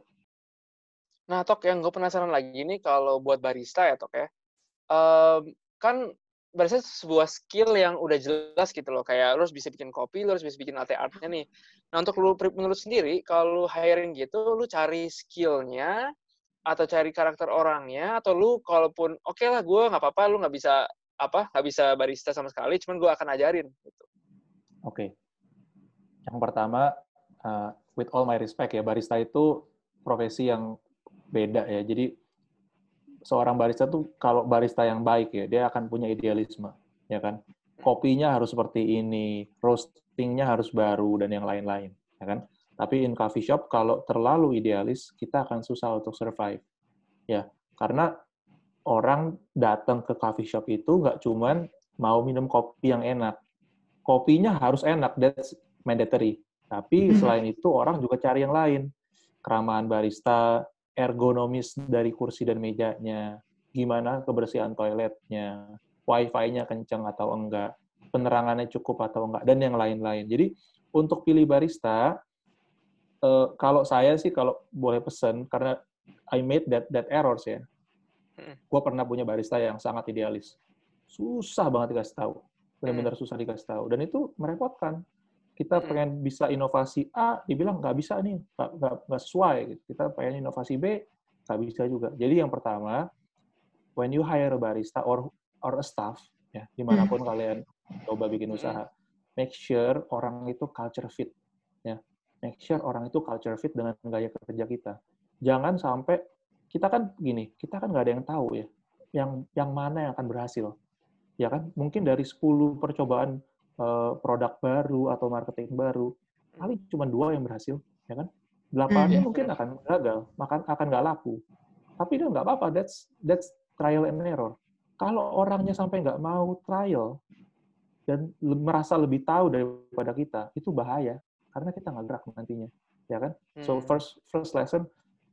Nah, Tok, yang gue penasaran lagi nih kalau buat barista ya, Tok ya, um, kan barista sebuah skill yang udah jelas gitu loh, kayak lu harus bisa bikin kopi, lu harus bisa bikin latte art-nya nih. Nah, untuk lu menurut sendiri, kalau hiring gitu, lu cari skill-nya atau cari karakter orangnya, atau lu kalaupun oke okay lah gue nggak apa-apa, lu nggak bisa apa nggak bisa barista sama sekali, cuman gue akan ajarin gitu. Oke, okay. Yang pertama uh, with all my respect ya, barista itu profesi yang beda ya. Jadi seorang barista tuh kalau barista yang baik ya, dia akan punya idealisme, ya kan? Kopinya harus seperti ini, roastingnya harus baru dan yang lain-lain, ya kan? Tapi in coffee shop, kalau terlalu idealis, kita akan susah untuk survive. Ya, karena orang datang ke coffee shop itu nggak cuman mau minum kopi yang enak. Kopinya harus enak, that's mandatory. Tapi selain itu orang juga cari yang lain. Keramahan barista, ergonomis dari kursi dan mejanya, gimana kebersihan toiletnya, wifi-nya kenceng atau enggak, penerangannya cukup atau enggak, dan yang lain-lain. Jadi untuk pilih barista, eh, kalau saya sih kalau boleh pesen, karena I made that that errors ya. Gue pernah punya barista yang sangat idealis. Susah banget dikasih tahu. Benar-benar susah dikasih tahu. Dan itu merepotkan. Kita pengen bisa inovasi A, dibilang nggak bisa nih, nggak, nggak, nggak sesuai. Gitu. Kita pengen inovasi B, nggak bisa juga. Jadi yang pertama, when you hire a barista or or a staff, ya dimanapun kalian coba bikin usaha, make sure orang itu culture fit. Ya. Make sure orang itu culture fit dengan gaya kerja kita. Jangan sampai kita kan gini, kita kan nggak ada yang tahu ya, yang yang mana yang akan berhasil, ya kan? Mungkin dari sepuluh percobaan uh, produk baru atau marketing baru, paling cuma dua yang berhasil, ya kan? Delapannya mm-hmm. mungkin akan gagal, makan akan nggak laku. Tapi itu nggak apa-apa, that's that's trial and error. Kalau orangnya sampai nggak mau trial dan le- merasa lebih tahu daripada kita, itu bahaya, karena kita nggak gerak nantinya, ya kan? So first first lesson,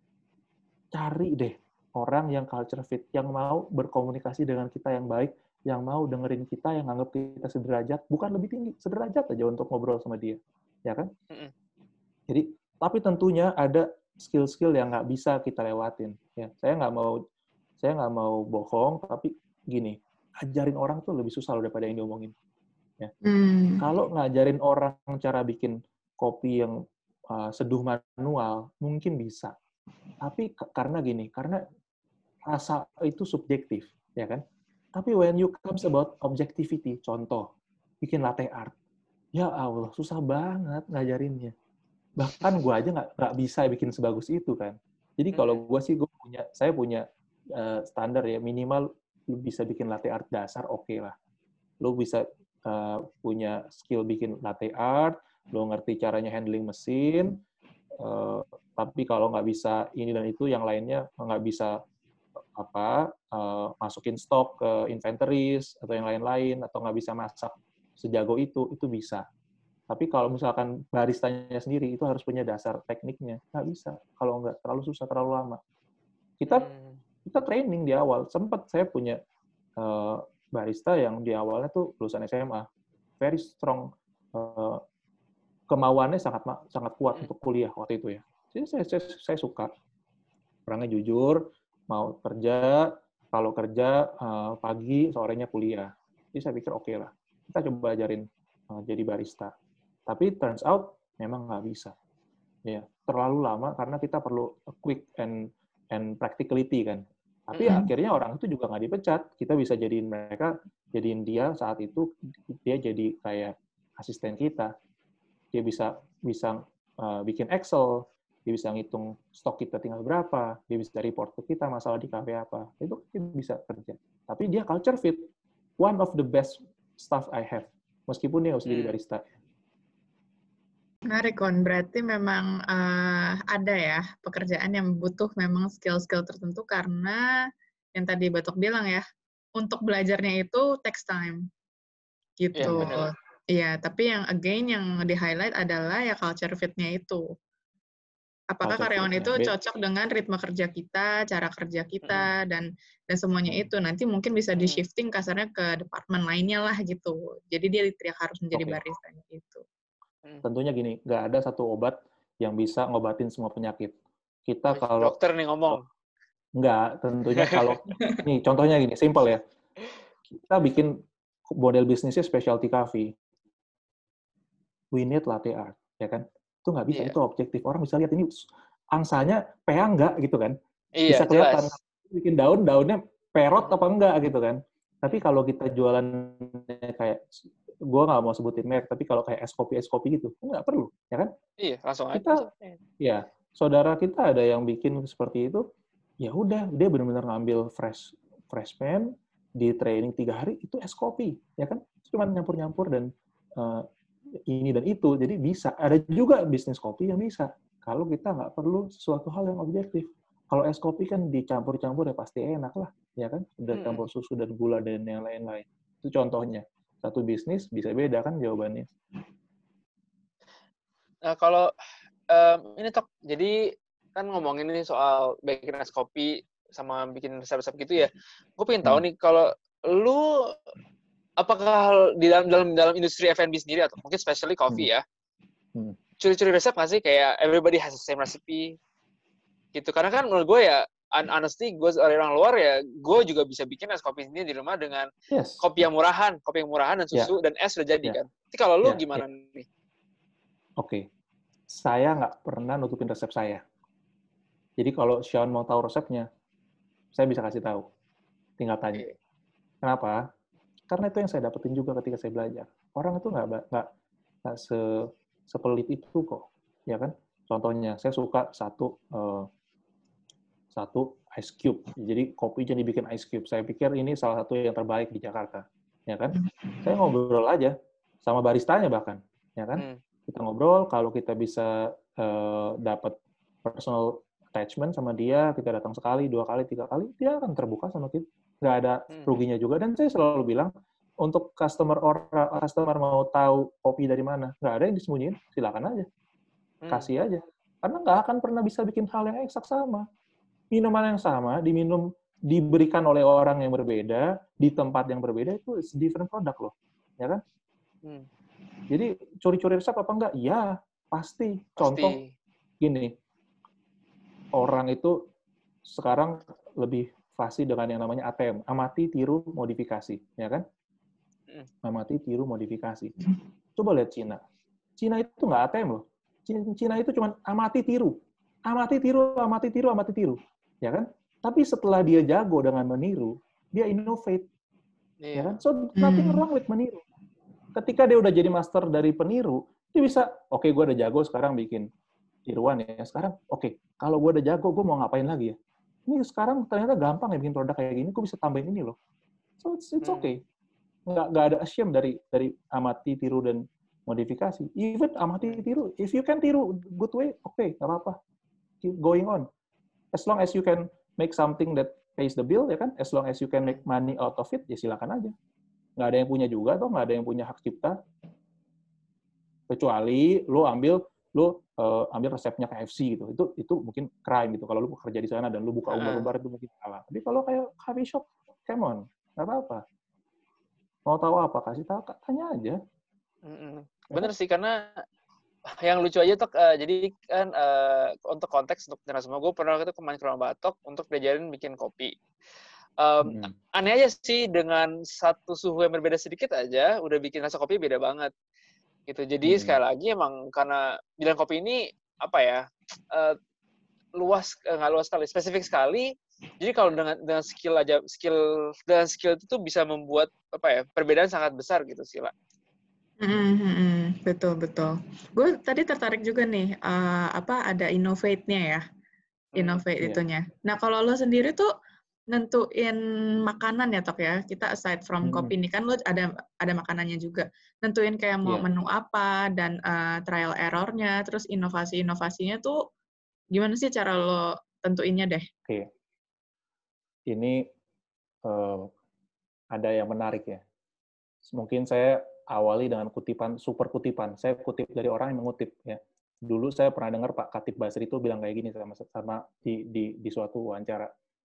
cari deh orang yang culture fit, yang mau berkomunikasi dengan kita yang baik, yang mau dengerin kita, yang anggap kita sederajat, bukan lebih tinggi, sederajat aja untuk ngobrol sama dia, ya kan? Mm-hmm. Jadi, tapi tentunya ada skill-skill yang nggak bisa kita lewatin. Ya, saya nggak mau, saya nggak mau bohong, tapi gini, ajarin orang tuh lebih susah loh daripada yang diomongin. Ya. Mm. Kalau ngajarin orang cara bikin kopi yang uh, seduh manual, mungkin bisa. Tapi karena gini, karena rasa itu subjektif, ya kan? Tapi when you comes about objectivity, contoh, bikin latte art, ya Allah, susah banget ngajarinnya. Bahkan gue aja nggak nggak bisa bikin sebagus itu kan. Jadi kalau gue sih, gue punya, saya punya uh, standar ya, minimal lu bisa bikin latte art dasar, oke okay lah. Lu bisa uh, punya skill bikin latte art, lu ngerti caranya handling mesin, uh, tapi kalau nggak bisa ini dan itu, yang lainnya nggak bisa apa uh, masukin stok ke inventories atau yang lain-lain, atau nggak bisa masak sejago itu, itu bisa. Tapi kalau misalkan baristanya sendiri, itu harus punya dasar tekniknya. Nggak bisa. Kalau nggak, terlalu susah, terlalu lama. Kita kita training di awal. Sempat saya punya uh, barista yang di awalnya tuh lulusan S M A. Very strong. Uh, kemauannya sangat sangat kuat untuk kuliah waktu itu ya. Jadi saya, saya, saya suka. Orangnya jujur, mau kerja, kalau kerja uh, pagi, sorenya kuliah. Jadi saya pikir oke okay lah. Kita coba ajarin uh, jadi barista. Tapi turns out memang nggak bisa. Ya, terlalu lama karena kita perlu quick and and practicality kan. Tapi mm-hmm. akhirnya orang itu juga nggak dipecat. Kita bisa jadiin mereka, jadiin dia saat itu dia jadi kayak asisten kita. Dia bisa bisa uh, bikin Excel, dia bisa ngitung stok kita tinggal berapa, dia bisa report ke kita masalah di kafe apa. Itu dia bisa kerja. Tapi dia culture fit. One of the best staff I have. Meskipun dia harus jadi barista. Menarik, Kon. Berarti memang uh, ada ya pekerjaan yang butuh memang skill-skill tertentu, karena yang tadi Batok bilang ya, untuk belajarnya itu takes time. Gitu. Iya, ya, tapi yang again yang di-highlight adalah ya culture fit-nya itu. Apakah culture karyawan fit, itu ya. Cocok dengan ritme kerja kita, cara kerja kita, mm. dan dan semuanya mm. itu. Nanti mungkin bisa di-shifting kasarnya ke departemen lainnya lah gitu. Jadi dia tidak harus menjadi okay. barista gitu. Tentunya gini, nggak ada satu obat yang bisa ngobatin semua penyakit. Kita kalau... Dokter nih ngomong. Nggak, tentunya kalau... nih, contohnya gini, simple ya. Kita bikin model bisnisnya specialty coffee. We need latte art, ya kan? Itu nggak bisa, yeah. Itu objektif. Orang bisa lihat ini angsanya P H nggak, gitu kan? Iya, bisa kelihatan. Bikin daun, daunnya perot apa enggak, gitu kan? Tapi kalau kita jualan kayak... gue nggak mau sebutin merek, tapi kalau kayak es kopi es kopi gitu, nggak perlu, ya kan? Iya, langsung kita, aja. Ya, saudara kita ada yang bikin seperti itu, ya udah, dia benar-benar ngambil fresh freshman di training tiga hari itu es kopi, ya kan? Cuma nyampur-nyampur dan uh, ini dan itu, jadi bisa. Ada juga bisnis kopi yang bisa. Kalau kita nggak perlu sesuatu hal yang objektif. Kalau es kopi kan dicampur-campur ya pasti enak lah. ya kan? Udah Hmm. campur susu dan gula dan yang lain-lain. Itu contohnya. Satu bisnis bisa beda kan jawabannya. Nah, kalau um, ini Tok, jadi kan ngomongin ini soal bikin es kopi sama bikin resep-resep gitu ya. Gue pengen tahu Hmm. nih, kalau lu apakah di dalam dalam dalam industri F and B sendiri atau mungkin especially coffee Hmm. ya, Hmm. curi-curi resep nggak sih, kayak everybody has the same recipe gitu? Karena kan menurut gue ya, honestly gue dari orang luar ya, gue juga bisa bikin es kopi sendiri di rumah dengan Yes. kopi yang murahan, kopi yang murahan dan susu Ya. dan es udah jadi Ya. kan. Tapi kalau lu Ya. gimana Ya. nih? Oke, saya nggak pernah nutupin resep saya. Jadi kalau Sean mau tahu resepnya, saya bisa kasih tahu. Tinggal tanya. Oke. Kenapa? Karena itu yang saya dapetin juga ketika saya belajar. Orang itu nggak nggak nggak se sepelit itu kok, ya kan? Contohnya, saya suka satu uh, satu ice cube. Jadi kopinya dibikin ice cube. Saya pikir ini salah satu yang terbaik di Jakarta, ya kan? Saya ngobrol aja sama baristanya bahkan, ya kan? Hmm. Kita ngobrol, kalau kita bisa uh, dapat personal attachment sama dia, kita datang sekali, dua kali, tiga kali, dia akan terbuka sama kita. Nggak ada ruginya juga. Dan saya selalu bilang, untuk customer orang customer mau tahu kopi dari mana, nggak ada yang disembunyiin, silakan aja. Kasih aja. Karena nggak akan pernah bisa bikin hal yang eksak sama. Minuman yang sama, diminum, diberikan oleh orang yang berbeda, di tempat yang berbeda, itu is different product loh. Ya kan? Hmm. Jadi, curi-curi resep apa enggak? Ya, pasti. Contoh, Pasti. gini, orang itu sekarang lebih fasih dengan yang namanya A T M, amati, tiru, modifikasi. Ya kan? Amati, tiru, modifikasi. Coba lihat Cina. Cina itu nggak A T M loh. Cina itu cuma amati, tiru. Amati, tiru, amati, tiru, amati, tiru. Ya kan? Tapi setelah dia jago dengan meniru, dia innovate. Iya. Ya kan? So, nothing wrong with meniru. Ketika dia udah jadi master dari peniru, dia bisa, oke, okay, gue udah jago sekarang bikin tiruan ya. Sekarang, oke, okay, kalau gue udah jago, gue mau ngapain lagi ya? Ini sekarang ternyata gampang ya bikin produk kayak gini, gue bisa tambahin ini loh. So, it's, it's okay. Nggak, nggak ada ashamed dari dari amati, tiru, dan modifikasi. Even amati, tiru. If you can tiru good way, oke, okay, nggak apa-apa. Keep going on. As long as you can make something that pays the bill, ya kan? As long as you can make money out of it, ya silakan aja. Nggak ada yang punya juga, atau nggak ada yang punya hak cipta. Kecuali lo ambil lo uh, ambil resepnya K F C gitu. Itu itu mungkin crime gitu. Kalau lo kerja di sana dan lo buka umbar-umbar, itu mungkin salah. Tapi kalau kayak coffee shop, come on, nggak apa-apa. Mau tahu apa, kasih tahu, tanya aja. Mm-mm. Bener sih, karena yang lucu aja tuh, uh, jadi kan uh, untuk konteks untuk generasi semua, gue pernah itu kemarin ke rumah Batok untuk diajarin bikin kopi. Um, hmm. Aneh aja sih, dengan satu suhu yang berbeda sedikit aja udah bikin rasa kopi beda banget gitu. Jadi hmm. sekali lagi emang karena bilang kopi ini apa ya, uh, luas, nggak uh, luas sekali, spesifik sekali. Jadi kalau dengan dengan skill aja, skill dengan skill itu tuh bisa membuat apa ya, perbedaan sangat besar gitu sih, Lah. Mm-hmm. Betul betul. Gue tadi tertarik juga nih, uh, apa ada innovate-nya ya, innovate hmm, itunya. Yeah. Nah kalau lo sendiri tuh nentuin makanan ya Tok ya, kita aside from hmm. kopi ini kan lo ada ada makanannya juga. Nentuin kayak mau yeah. menu apa dan uh, trial error-nya, terus inovasi-inovasinya tuh gimana sih cara lo tentuinnya deh? Oke, okay. Ini uh, ada yang menarik ya. Mungkin saya awali dengan kutipan, super kutipan. Saya kutip dari orang yang mengutip ya. Dulu saya pernah dengar Pak Khatib Basri itu bilang kayak gini sama sama di di, di suatu wawancara.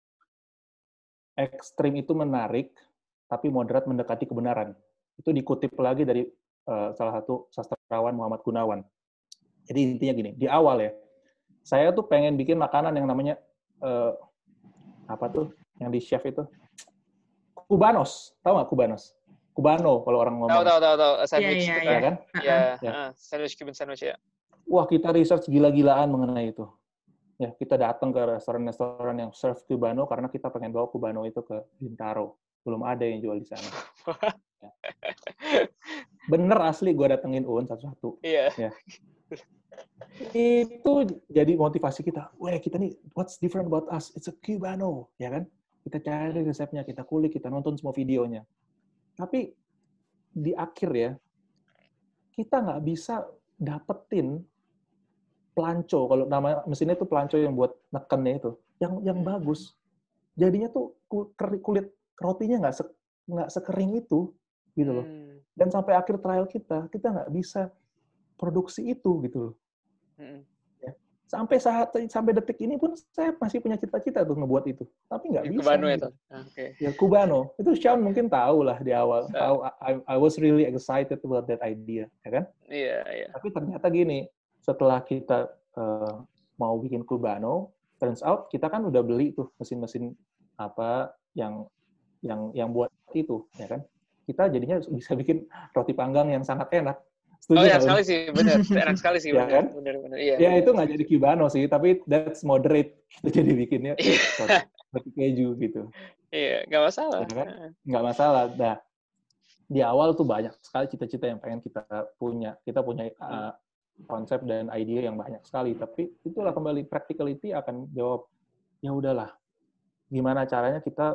Ekstrim itu menarik, tapi moderat mendekati kebenaran. Itu dikutip lagi dari uh, salah satu sastrawan Muhammad Gunawan. Jadi intinya gini, di awal ya, saya tuh pengen bikin makanan yang namanya uh, apa tuh, yang di chef itu, Kubanos, tahu nggak Kubanos? Kubano kalau orang ngomong. Tahu tahu tahu tahu sandwich yeah, yeah, yeah, ya kan? Iya, yeah, uh, sandwich Cuban sandwich ya. Wah, kita research gila-gilaan mengenai itu. Ya, kita datang ke restoran-restoran yang serve Cubano karena kita pengen bawa Cubano itu ke Bintaro. Belum ada yang jual di sana. Ya. Bener asli gue datengin Uun satu-satu. Iya. Yeah. Ya. Itu jadi motivasi kita. Wah, kita nih, what's different about us? It's a Cubano, ya kan? Kita cari resepnya, kita kulik, kita nonton semua videonya. Tapi di akhir ya, kita nggak bisa dapetin plancho, kalau nama mesinnya itu plancho yang buat nekennya itu, yang yang bagus. jadinya tuh kulit rotinya nggak se, nggak sekering itu gitu loh. Hmm. Dan sampai akhir trial kita, kita nggak bisa produksi itu gitu loh. Hmm. Ya. Sampai saat sampai detik ini pun saya masih punya cita-cita tuh ngebuat itu, tapi nggak Di bisa. Cubano Gitu. itu. Oke. Okay. Ya Cubano itu Sean mungkin tahu lah di awal. Tahu I, I was really excited about that idea, ya kan? Iya, iya. Tapi ternyata gini, setelah kita uh, mau bikin Cubano, turns out kita kan udah beli tuh mesin-mesin apa yang yang yang buat itu, ya kan? Kita jadinya bisa bikin roti panggang yang sangat enak. Setuju oh, enak nggak, sekali Ul? sih, benar. Enak sekali sih, Ya benar. kan? Benar, benar. Iya. Ya itu nggak jadi Cubano sih, tapi that's moderate. Kita jadi bikinnya roti, roti keju gitu. Iya, nggak masalah. Ya kan? Nggak masalah. Nah, di awal tuh banyak sekali cita-cita yang pengen kita punya. Kita punya uh, konsep dan ide yang banyak sekali. Tapi itulah kembali practicality akan jawab, ya udahlah. Gimana caranya kita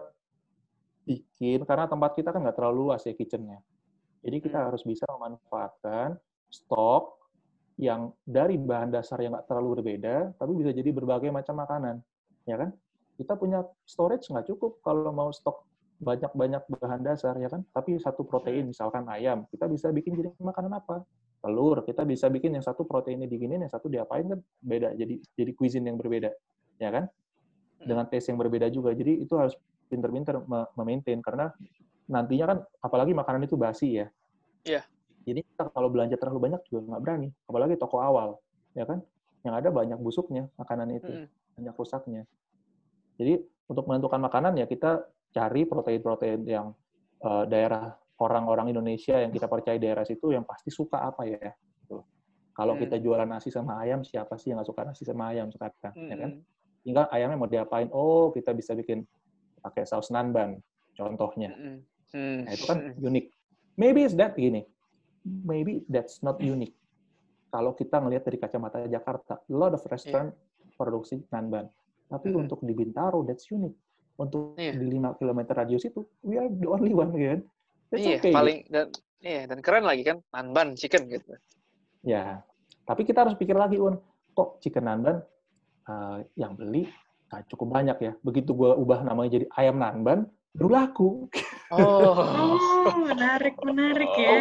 bikin, karena tempat kita kan nggak terlalu luas ya kitchen-nya. Jadi kita hmm. harus bisa memanfaatkan stok yang dari bahan dasar yang nggak terlalu berbeda, tapi bisa jadi berbagai macam makanan. Ya kan? Kita punya storage nggak cukup kalau mau stok banyak-banyak bahan dasar, ya kan? Tapi satu protein, misalkan ayam, kita bisa bikin jadi makanan apa? Telur, kita bisa bikin yang satu proteinnya diginin, yang satu diapain kan beda. Jadi jadi cuisine yang berbeda. Ya kan? Dengan taste yang berbeda juga. Jadi itu harus pinter-pinter memaintain, karena nantinya kan apalagi makanan itu basi ya. Iya. Yeah. Jadi kita kalau belanja terlalu banyak juga nggak berani, apalagi toko awal, ya kan? Yang ada banyak busuknya makanan itu, mm. banyak rusaknya. Jadi untuk menentukan makanan ya kita cari protein-protein yang uh, daerah orang-orang Indonesia yang kita percaya daerah situ yang pasti suka apa ya. Gitu. Kalau mm. kita jualan nasi sama ayam, siapa sih yang nggak suka nasi sama ayam sekarang, mm. ya kan? Tinggal ayamnya mau diapain? Oh, kita bisa bikin pakai saus nanban, contohnya. Mm. Mm. Nah, itu kan unik. Maybe is that gini. Maybe that's not unique. Kalau kita ngelihat dari kacamata Jakarta, a lot of restaurant yeah. produksi nanban. Tapi mm-hmm. untuk di Bintaro, that's unique. Untuk yeah. di lima kilometer radius itu, we are the only one, kan? That's iya, okay. paling dan iya dan keren lagi kan, nanban chicken gitu. Ya, tapi kita harus pikir lagi, Un. Kok chicken nanban uh, yang beli nggak cukup banyak ya? Begitu gue ubah namanya jadi ayam nanban, baru laku. Oh, oh menarik, menarik ya.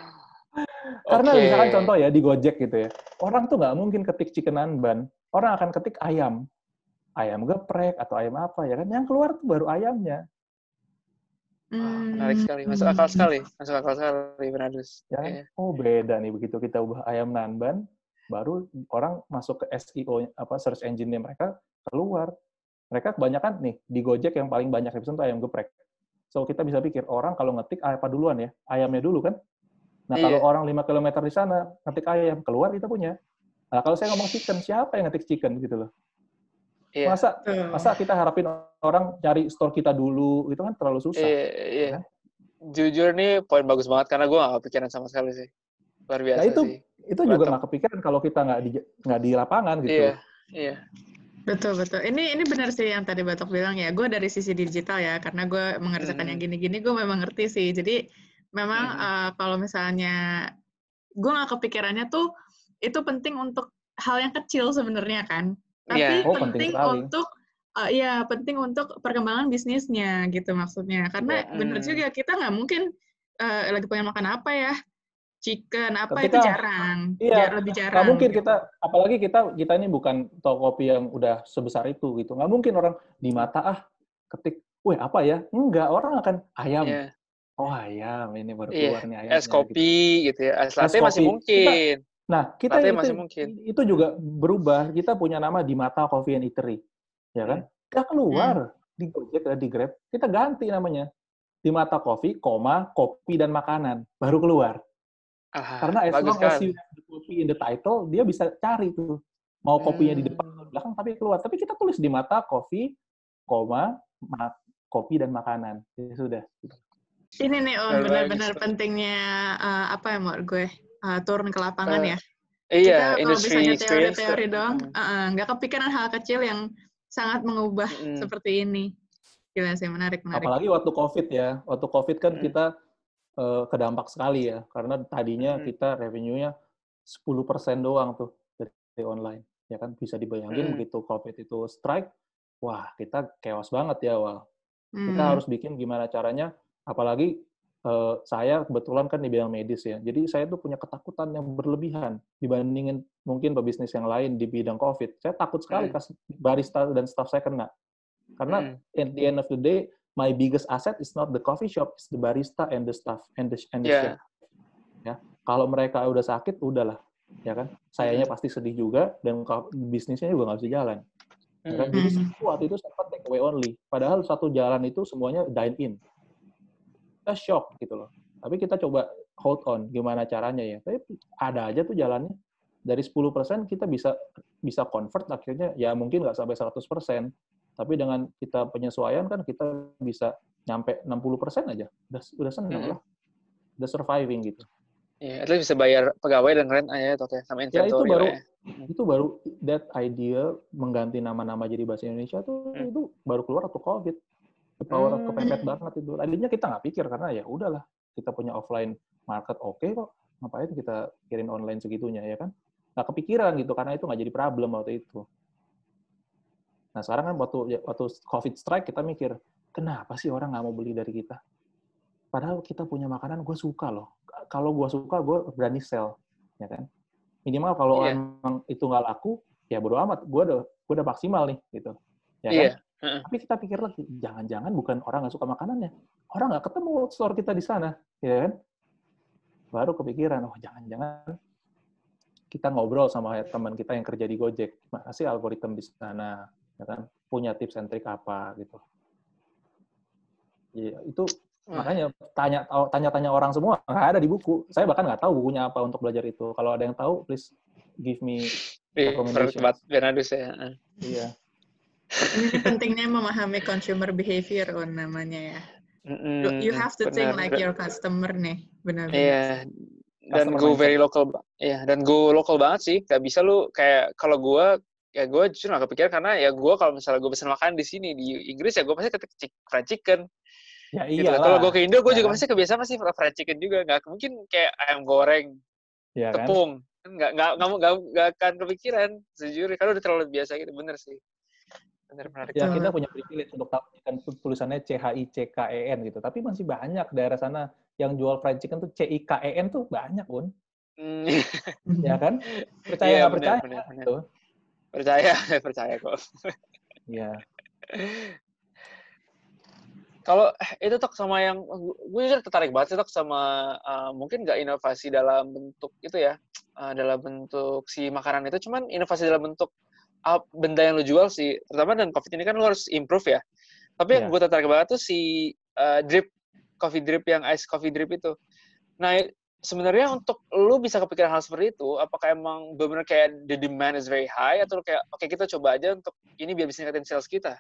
Karena okay. misalkan contoh ya di Gojek gitu ya, orang tuh nggak mungkin ketik chicken nanban, orang akan ketik ayam, ayam geprek atau ayam apa ya kan, yang keluar tuh baru ayamnya. Oh, menarik sekali, masuk akal sekali, masuk akal sekali, Bernardus. Ya kan? Yeah. Oh beda nih begitu kita ubah ayam nanban, baru orang masuk ke S E O apa search engine-nya mereka keluar. Mereka kebanyakan nih di Gojek yang paling banyak pesan tuh ayam geprek. So kita bisa pikir orang kalau ngetik apa duluan ya, ayamnya dulu kan. Nah, kalau yeah. orang lima kilometer di sana, ngetik ayam, keluar kita punya. Nah, kalau saya ngomong chicken, siapa yang ngetik chicken gitu loh? Yeah. Masa uh. masa kita harapin orang cari store kita dulu, itu kan terlalu susah. Iya, yeah, yeah. ya? Jujur nih, poin bagus banget, karena gue nggak kepikiran sama sekali sih. Luar biasa nah, itu, sih. Itu Batok. Juga nggak kepikiran kalau kita nggak di, nggak di lapangan gitu. Iya, yeah. iya. Yeah. Betul, betul. Ini ini benar sih yang tadi Batok bilang ya. Gue dari sisi digital ya, karena gue mengerjakan mm. yang gini-gini, gue memang ngerti sih. Jadi, memang mm-hmm. uh, kalau misalnya gue nggak kepikirannya tuh itu penting untuk hal yang kecil sebenarnya kan, tapi yeah. oh, penting, penting untuk uh, ya penting untuk perkembangan bisnisnya gitu maksudnya. Karena yeah. bener juga kita nggak mungkin uh, lagi pengen makan apa ya, chicken apa Ketika, itu jarang, iya, Jar, lebih jarang. Nggak mungkin gitu. kita, apalagi kita kita ini bukan toko kopi yang udah sebesar itu gitu. Nggak mungkin orang di mata ah ketik, weh apa ya? Enggak, orang akan ayam. Yeah. Oh ayam, ini baru keluar iya. nih ayamnya. Es kopi gitu, gitu ya, es latte masih mungkin. Kita, nah, kita latte itu, masih mungkin. itu juga berubah. Kita punya nama di Mata Coffee and Eatery. Ya kan? Hmm. Kita keluar hmm. di Gojek, di Grab, kita ganti namanya. Di Mata Coffee, koma, kopi dan makanan. Baru keluar. Ah, Karena as long as you have the coffee in the title, dia bisa cari tuh. Mau kopinya hmm. di depan atau di belakang, tapi keluar. Tapi kita tulis di Mata Coffee, koma, ma- kopi dan makanan. Ya sudah. Ini nih Om, benar-benar pentingnya uh, apa ya menurut gue uh, turun ke lapangan uh, ya. Iya, kita kalau misalnya teori-teori doang, nggak uh, uh, kepikiran hal kecil yang sangat mengubah mm. seperti ini. Gila sih, menarik, menarik. Apalagi waktu COVID ya, waktu COVID kan mm. kita uh, kedampak sekali ya, karena tadinya mm. kita revenue-nya sepuluh persen doang tuh dari online, ya kan bisa dibayangin mm. begitu COVID itu strike, wah kita chaos banget ya awal. Kita Hmm. harus bikin gimana caranya, apalagi uh, saya kebetulan kan di bidang medis ya, jadi saya tuh punya ketakutan yang berlebihan dibandingin mungkin pebisnis yang lain di bidang COVID. Saya takut sekali Hmm. kas barista dan staff saya kena. Karena Hmm. at the end of the day, my biggest asset is not the coffee shop, it's the barista and the staff and the, and the Yeah. chef. Ya, kalau mereka udah sakit, udahlah, ya kan. Sayanya pasti sedih juga dan bisnisnya juga nggak bisa jalan. Ya kan? Jadi Hmm. waktu itu sempat take away only. Padahal satu jalan itu semuanya dine in. Kita shock gitu loh. Tapi kita coba hold on, gimana caranya ya. Tapi ada aja tuh jalannya. Dari sepuluh persen kita bisa bisa convert akhirnya, ya mungkin nggak sampai seratus persen. Tapi dengan kita penyesuaian kan kita bisa nyampe enam puluh persen aja. Udah, udah seneng lah. Udah surviving gitu. Iya, at least bisa bayar pegawai dan rent aja tuh kayak sama Ya itu inventory baru lah ya. itu baru that idea mengganti nama-nama jadi bahasa Indonesia tuh Hmm. itu baru keluar waktu COVID. The power of Hmm. kepepet banget itu. Tadinya kita nggak pikir karena ya udahlah kita punya offline market oke okay kok. Ngapain kita kirim online segitunya ya kan? Nggak kepikiran gitu karena itu nggak jadi problem waktu itu. Nah sekarang kan waktu waktu COVID strike kita mikir kenapa sih orang nggak mau beli dari kita? Padahal kita punya makanan gue suka loh. Kalau gue suka gue berani sell, ya kan? Minimal kalau Iya. emang itu nggak laku, ya bodo amat. Gue udah gue udah maksimal nih, gitu. Ya kan? Iya. Uh-uh. Tapi kita pikir lagi, jangan-jangan bukan orang nggak suka makanannya, orang nggak ketemu store kita di sana, ya kan? Baru kepikiran, oh jangan-jangan kita ngobrol sama teman kita yang kerja di Gojek, mana sih algoritma di sana, ya kan? Punya tips and trick apa gitu. Ya, itu makanya tanya tanya-tanya orang semua nggak ada di buku. Saya bahkan nggak tahu bukunya apa untuk belajar itu. Kalau ada yang tahu, please give me recommendation. Bernardus ya. Iya. Ini pentingnya memahami consumer behavior on namanya ya. Mm-mm, You have to think bener. like your customer nih, benar-benar. Iya. Dan Customer go mindset. very local, iya. Dan go local banget sih. Gak bisa lu kayak kalau gue ya gue justru nggak kepikiran karena ya gue kalau misalnya gue pesan makan di sini di Inggris ya gue pasti ketik fried chicken. Ya Gitu. iyalah. Kalau gue ke Indo, gue ya juga kan? pasti kebiasaan pasti fried chicken juga. Nggak mungkin kayak ayam goreng, Ya kan? tepung. Nggak nggak nggak nggak nggak akan kepikiran sejujurnya. Kalau udah terlalu biasa gitu, bener sih. Bener menarik. Ya kita punya privilege untuk tahu kan tulisannya C H I C K E N gitu. Tapi masih banyak daerah sana yang jual fried chicken tuh C I K E N tuh banyak pun. Hmm. Ya kan? Percaya Iya, nggak bener, percaya? bener, bener. Gitu. Percaya, percaya kok. Iya. Kalau itu Tok sama yang gue juga tertarik banget sih Tok sama uh, mungkin nggak inovasi dalam bentuk itu ya, uh, dalam bentuk si makanan itu, cuman inovasi dalam bentuk uh, benda yang lu jual sih, terutama dan COVID ini kan lu harus improve ya. Tapi yang Yeah. gue tertarik banget tuh si uh, drip coffee drip yang ice coffee drip itu. Nah sebenarnya untuk lu bisa kepikiran hal seperti itu, apakah emang benar-benar kayak the demand is very high atau kayak oke okay, kita coba aja untuk ini biar bisa ningkatin sales kita?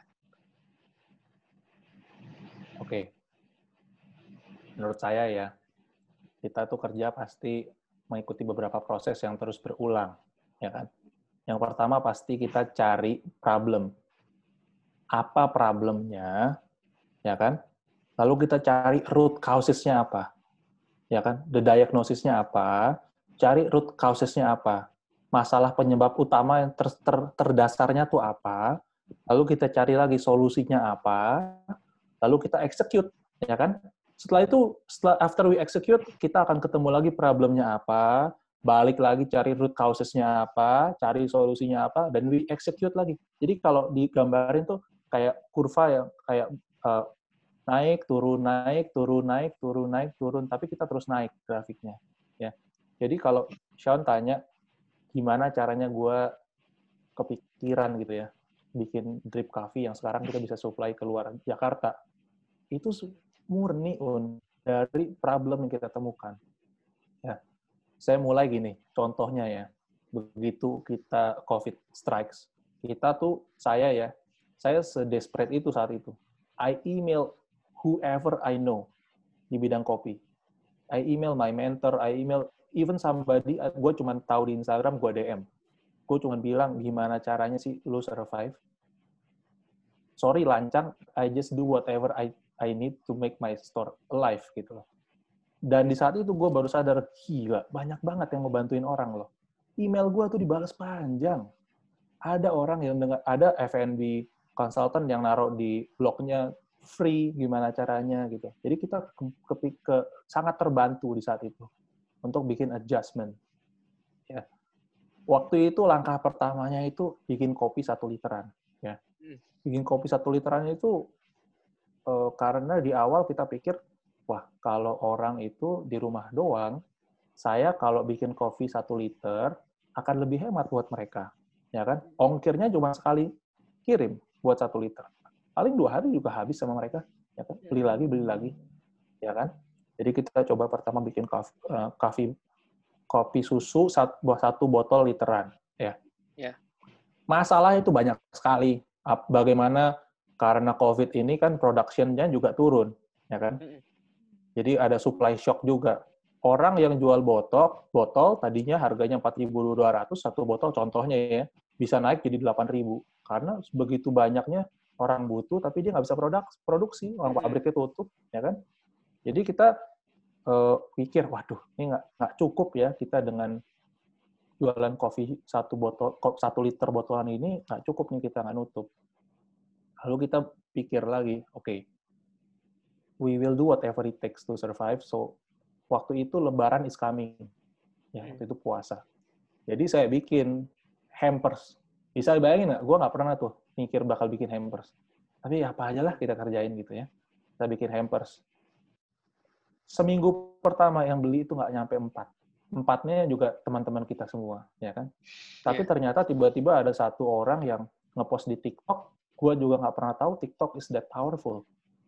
Oke, okay. Menurut saya ya, kita tuh kerja pasti mengikuti beberapa proses yang terus berulang, ya kan? Yang pertama pasti kita cari problem. Apa problemnya, ya kan? Lalu kita cari root causes-nya apa, ya kan? The diagnosis-nya apa, cari root causes-nya apa, masalah penyebab utama yang ter ter terdasarnya tuh apa, lalu kita cari lagi solusinya apa, lalu kita execute, ya kan? Setelah itu, setelah after we execute, kita akan ketemu lagi problemnya apa, balik lagi cari root causes-nya apa, cari solusinya apa, dan we execute lagi. Jadi kalau digambarin tuh kayak kurva yang kayak uh, naik, turun, naik, turun, naik, turun, naik, turun, tapi kita terus naik grafiknya. Ya. Jadi kalau Sean tanya, gimana caranya gue kepikiran gitu ya, bikin drip coffee yang sekarang kita bisa supply ke luar Jakarta, itu murni un dari problem yang kita temukan. Ya, saya mulai gini, contohnya ya, begitu kita COVID strikes, kita tuh saya ya, saya sedesperate itu saat itu. I email whoever I know di bidang kopi. I email my mentor, I email even somebody, gue cuma tahu di Instagram, gue D M. Gue cuma bilang, gimana caranya sih lu survive? Sorry, lancang, I just do whatever I I need to make my store alive, gitu loh. Dan di saat itu gue baru sadar, gila, banyak banget yang ngebantuin orang loh. Email gue tuh dibalas panjang. Ada orang yang dengar, ada F and B konsultan yang naruh di blognya free, gimana caranya gitu. Jadi kita ke, ke, ke, sangat terbantu di saat itu untuk bikin adjustment. Ya. Waktu itu langkah pertamanya itu bikin kopi satu literan. Ya. Bikin kopi satu literan itu eh, karena di awal kita pikir, wah kalau orang itu di rumah doang, saya kalau bikin kopi satu liter akan lebih hemat buat mereka. Ya kan? Ongkirnya cuma sekali kirim buat satu liter. Paling dua hari juga habis sama mereka, ya kan? Beli lagi, beli lagi, ya kan? Jadi kita coba pertama bikin kopi, uh, kopi, kopi susu satu, satu botol literan, ya. Ya. Masalah itu banyak sekali. Bagaimana karena COVID ini kan production-nya juga turun, ya kan? Jadi ada supply shock juga. Orang yang jual botol, botol tadinya harganya empat ribu dua ratus satu botol, contohnya ya, bisa naik jadi delapan ribu. Karena begitu banyaknya orang butuh, tapi dia nggak bisa produk, produksi, orang pabriknya tutup, ya kan? Jadi kita uh, pikir, waduh, ini nggak nggak cukup ya kita dengan jualan kopi satu botol, satu liter botolan ini nggak cukup nih kita nggak nutup. Lalu kita pikir lagi, oke, okay, we will do whatever it takes to survive. So waktu itu Lebaran is coming, ya waktu itu puasa. Jadi saya bikin hampers. Bisa bayangin nggak? Gue nggak pernah tuh mikir bakal bikin hampers. Tapi apa aja lah kita kerjain gitu ya. Kita bikin hampers. Seminggu pertama yang beli itu nggak nyampe empat. Empatnya juga teman-teman kita semua, ya kan? Tapi yeah. ternyata tiba-tiba ada satu orang yang ngepost di TikTok. Gue juga nggak pernah tahu TikTok is that powerful.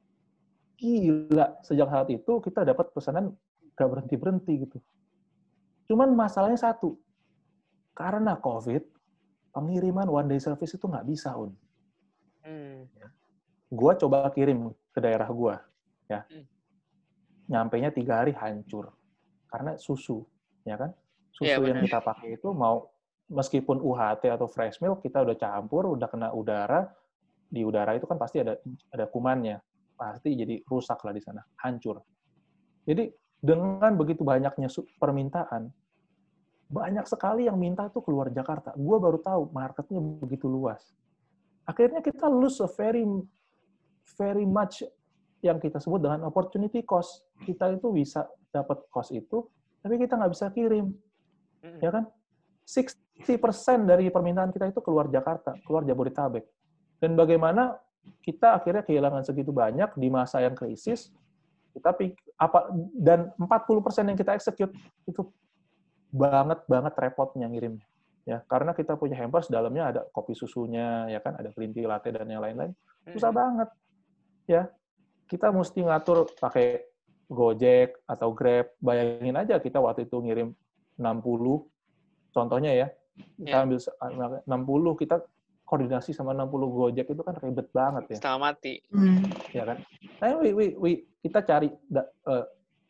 Gila, sejak saat itu kita dapat pesanan nggak berhenti-berhenti gitu. Cuman masalahnya satu. Karena COVID, pengiriman one day service itu nggak bisa, Un. Hmm. Gua coba kirim ke daerah gua, ya. Hmm. Nyampainya tiga hari hancur. Karena susu, ya kan? Susu ya, yang kita pakai itu mau, meskipun U H T atau fresh milk, kita udah campur, udah kena udara, di udara itu kan pasti ada ada kumannya. Pasti jadi rusak lah di sana, hancur. Jadi, dengan begitu banyaknya permintaan, banyak sekali yang minta tuh keluar Jakarta. Gue baru tahu marketnya begitu luas. Akhirnya kita lose a very very much yang kita sebut dengan opportunity cost. Kita itu bisa dapat cost itu, tapi kita nggak bisa kirim. Ya kan? enam puluh persen dari permintaan kita itu keluar Jakarta, keluar Jabodetabek. Dan bagaimana kita akhirnya kehilangan segitu banyak di masa yang krisis, kita apa dan empat puluh persen yang kita execute itu banget banget repotnya ngirimnya, ya karena kita punya hampers dalamnya ada kopi susunya, ya kan ada green tea latte dan yang lain-lain, susah mm-hmm. banget, ya kita mesti ngatur pakai Gojek atau Grab. Bayangin aja kita waktu itu ngirim enam puluh, contohnya ya, kita ambil enam puluh, kita koordinasi sama enam puluh Gojek itu kan ribet banget ya. Setengah mati. Ya kan. Nah, we, we, we, kita cari da, uh,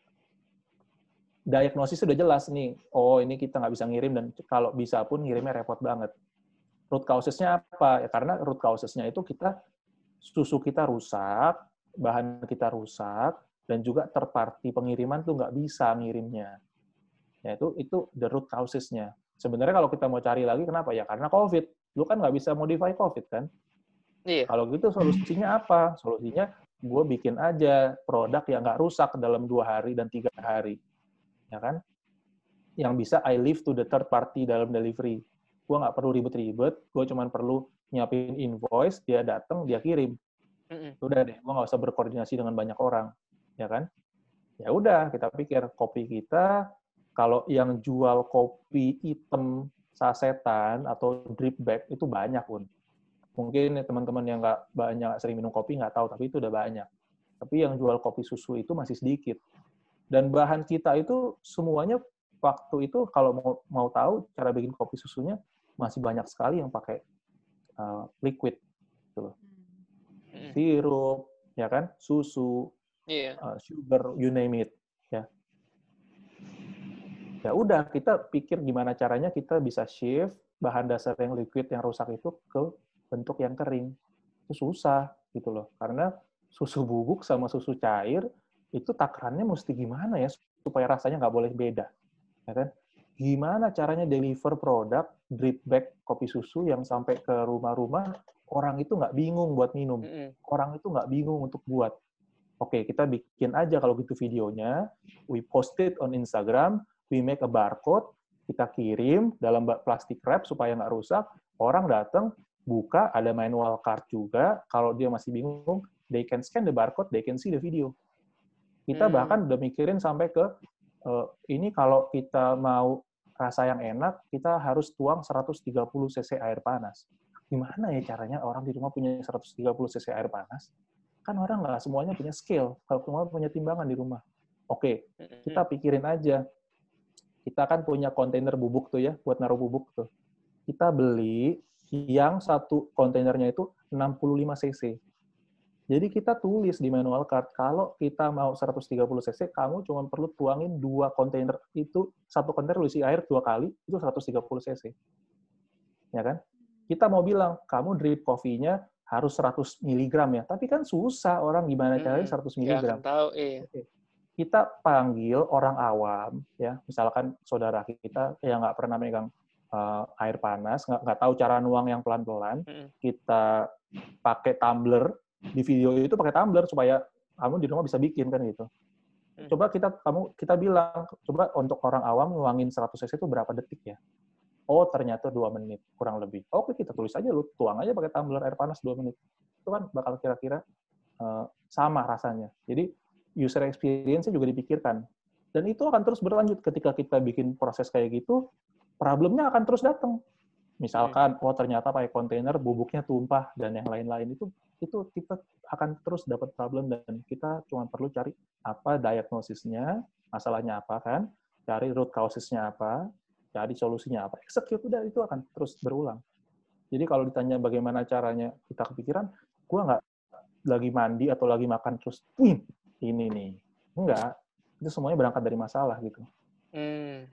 diagnosis sudah jelas nih. Oh, ini kita nggak bisa ngirim dan kalau bisa pun ngirimnya repot banget. Root causes-nya apa? Ya, karena root causes-nya itu kita susu kita rusak, bahan kita rusak, dan juga third party pengiriman tuh nggak bisa ngirimnya. Ya, itu itu the root causes-nya. Sebenarnya kalau kita mau cari lagi, kenapa? Ya karena COVID. Lu kan nggak bisa modify COVID, kan? Iya. Kalau gitu solusinya apa? Solusinya gue bikin aja produk yang nggak rusak dalam dua hari dan tiga hari. Ya kan? Yang bisa I leave to the third party dalam delivery. Gue nggak perlu ribet-ribet, gue cuma perlu nyiapin invoice, dia datang, dia kirim. Mm-mm. Udah deh, gue nggak usah berkoordinasi dengan banyak orang. Ya kan? Ya udah, kita pikir kopi kita, kalau yang jual kopi hitam sasetan atau drip bag itu banyak, pun. Mungkin teman-teman yang nggak banyak sering minum kopi nggak tahu, tapi itu udah banyak. Tapi yang jual kopi susu itu masih sedikit. Dan bahan kita itu semuanya waktu itu kalau mau mau tahu cara bikin kopi susunya masih banyak sekali yang pakai uh, liquid, gitu loh. Sirup, ya kan, susu, yeah. uh, sugar, you name it, ya. Ya udah, kita pikir gimana caranya kita bisa shift bahan dasar yang liquid yang rusak itu ke bentuk yang kering. Itu susah gitu loh. Karena susu bubuk sama susu cair itu takarannya mesti gimana ya supaya rasanya nggak boleh beda. Ya kan? Gimana caranya deliver produk drip bag kopi susu yang sampai ke rumah-rumah orang itu nggak bingung buat minum. Mm-mm. Orang itu nggak bingung untuk buat. Oke, kita bikin aja kalau gitu videonya, we post it on Instagram, we make a barcode, kita kirim dalam plastik wrap supaya nggak rusak, orang datang, buka, ada manual card juga, kalau dia masih bingung, they can scan the barcode, they can see the video. Kita Hmm. bahkan udah mikirin sampai ke, uh, ini kalau kita mau rasa yang enak, kita harus tuang seratus tiga puluh cc air panas. Gimana ya caranya orang di rumah punya seratus tiga puluh cc air panas? Kan orang nggak semuanya punya skill, kalau semua punya timbangan di rumah. Oke, kita pikirin aja. Kita kan punya kontainer bubuk tuh ya, buat naruh bubuk tuh. Kita beli yang satu kontainernya itu enam puluh lima cc. Jadi kita tulis di manual card, kalau kita mau seratus tiga puluh cc, kamu cuma perlu tuangin dua kontainer itu, satu kontainer lu isi air dua kali, itu seratus tiga puluh cc. Ya kan? Kita mau bilang, kamu drip coffee-nya harus seratus miligram ya. Tapi kan susah orang gimana caranya seratus miligram. Ya, tahu, iya. Kita panggil orang awam, ya, misalkan saudara kita yang nggak pernah megang uh, air panas, nggak nggak tahu cara nuang yang pelan-pelan, Mm-mm. kita pakai tumbler, di video itu pakai tumbler supaya kamu di rumah bisa bikin kan gitu. Coba kita kamu kita bilang, coba untuk orang awam nuangin seratus cc itu berapa detik ya? Oh, ternyata dua menit, kurang lebih. Oke, kita tulis aja, lu tuang aja pakai tumbler air panas dua menit. Itu kan bakal kira-kira uh, sama rasanya. Jadi, user experience-nya juga dipikirkan. Dan itu akan terus berlanjut ketika kita bikin proses kayak gitu, problemnya akan terus datang. Misalkan, oh ternyata pakai kontainer, bubuknya tumpah, dan yang lain-lain. Itu itu kita akan terus dapat problem, dan kita cuma perlu cari apa diagnosisnya, masalahnya apa kan, cari root causes-nya apa, cari solusinya apa, execute, udah itu akan terus berulang. Jadi kalau ditanya bagaimana caranya kita kepikiran, gue nggak lagi mandi atau lagi makan terus, wih, ini nih. Enggak, itu semuanya berangkat dari masalah gitu. Hmm.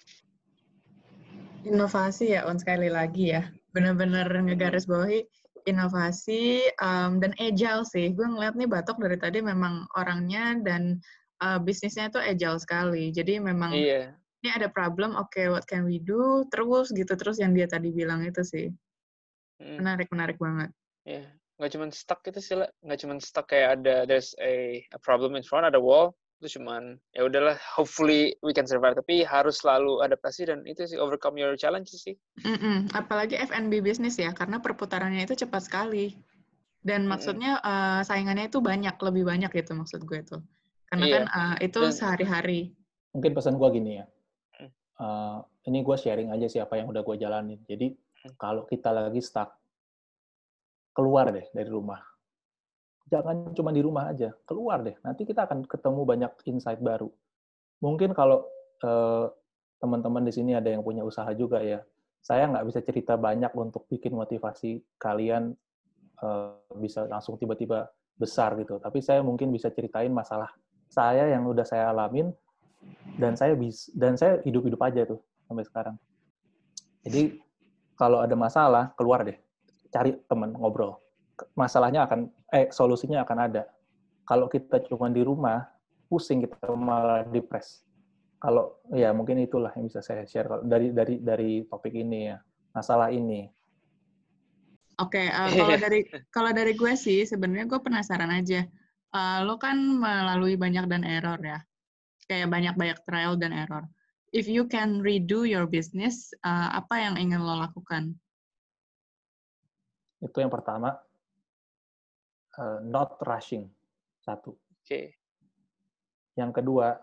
Inovasi ya, On, sekali lagi ya. Benar-benar ngegaris bawahi inovasi um, dan agile sih. Gue ngeliat nih Batok dari tadi memang orangnya dan uh, bisnisnya itu agile sekali. Jadi memang Iya. ini ada problem, oke, okay, what can we do? Terus gitu, terus yang dia tadi bilang itu sih. Hmm. Menarik, menarik banget. Iya. Nggak cuma stuck itu sih, lah. Nggak cuma stuck kayak ada, there's a, a problem in front, ada wall, itu cuman, ya udahlah, hopefully we can survive. Tapi harus selalu adaptasi dan itu sih, overcome your challenges sih. Mm-mm. Apalagi F and B bisnis ya, karena perputarannya itu cepat sekali. Dan maksudnya uh, saingannya itu banyak, lebih banyak gitu maksud gue tuh. Karena Iya. kan uh, itu Dan, sehari-hari. Mungkin pesan gue gini ya, uh, ini gue sharing aja sih apa yang udah gue jalanin. Jadi kalau kita lagi stuck, keluar deh dari rumah. Jangan cuma di rumah aja, keluar deh. Nanti kita akan ketemu banyak insight baru. Mungkin kalau uh, teman-teman di sini ada yang punya usaha juga ya, saya nggak bisa cerita banyak untuk bikin motivasi kalian uh, bisa langsung tiba-tiba besar gitu. Tapi saya mungkin bisa ceritain masalah saya yang udah saya alamin, dan saya bis, dan saya hidup-hidup aja tuh sampai sekarang. Jadi kalau ada masalah, keluar deh, cari teman ngobrol. Masalahnya akan, eh solusinya akan ada. Kalau kita cuma di rumah, pusing, kita malah depres. Kalau ya mungkin itulah yang bisa saya share dari dari dari topik ini ya, masalah ini. Oke, okay, uh, kalau dari kalau dari gue sih sebenarnya gue penasaran aja. Uh, lo kan melalui banyak dan error ya, kayak banyak-banyak trial dan error. If you can redo your business, uh, apa yang ingin lo lakukan? Itu yang pertama, uh, not rushing, satu. Oke. Okay. Yang kedua,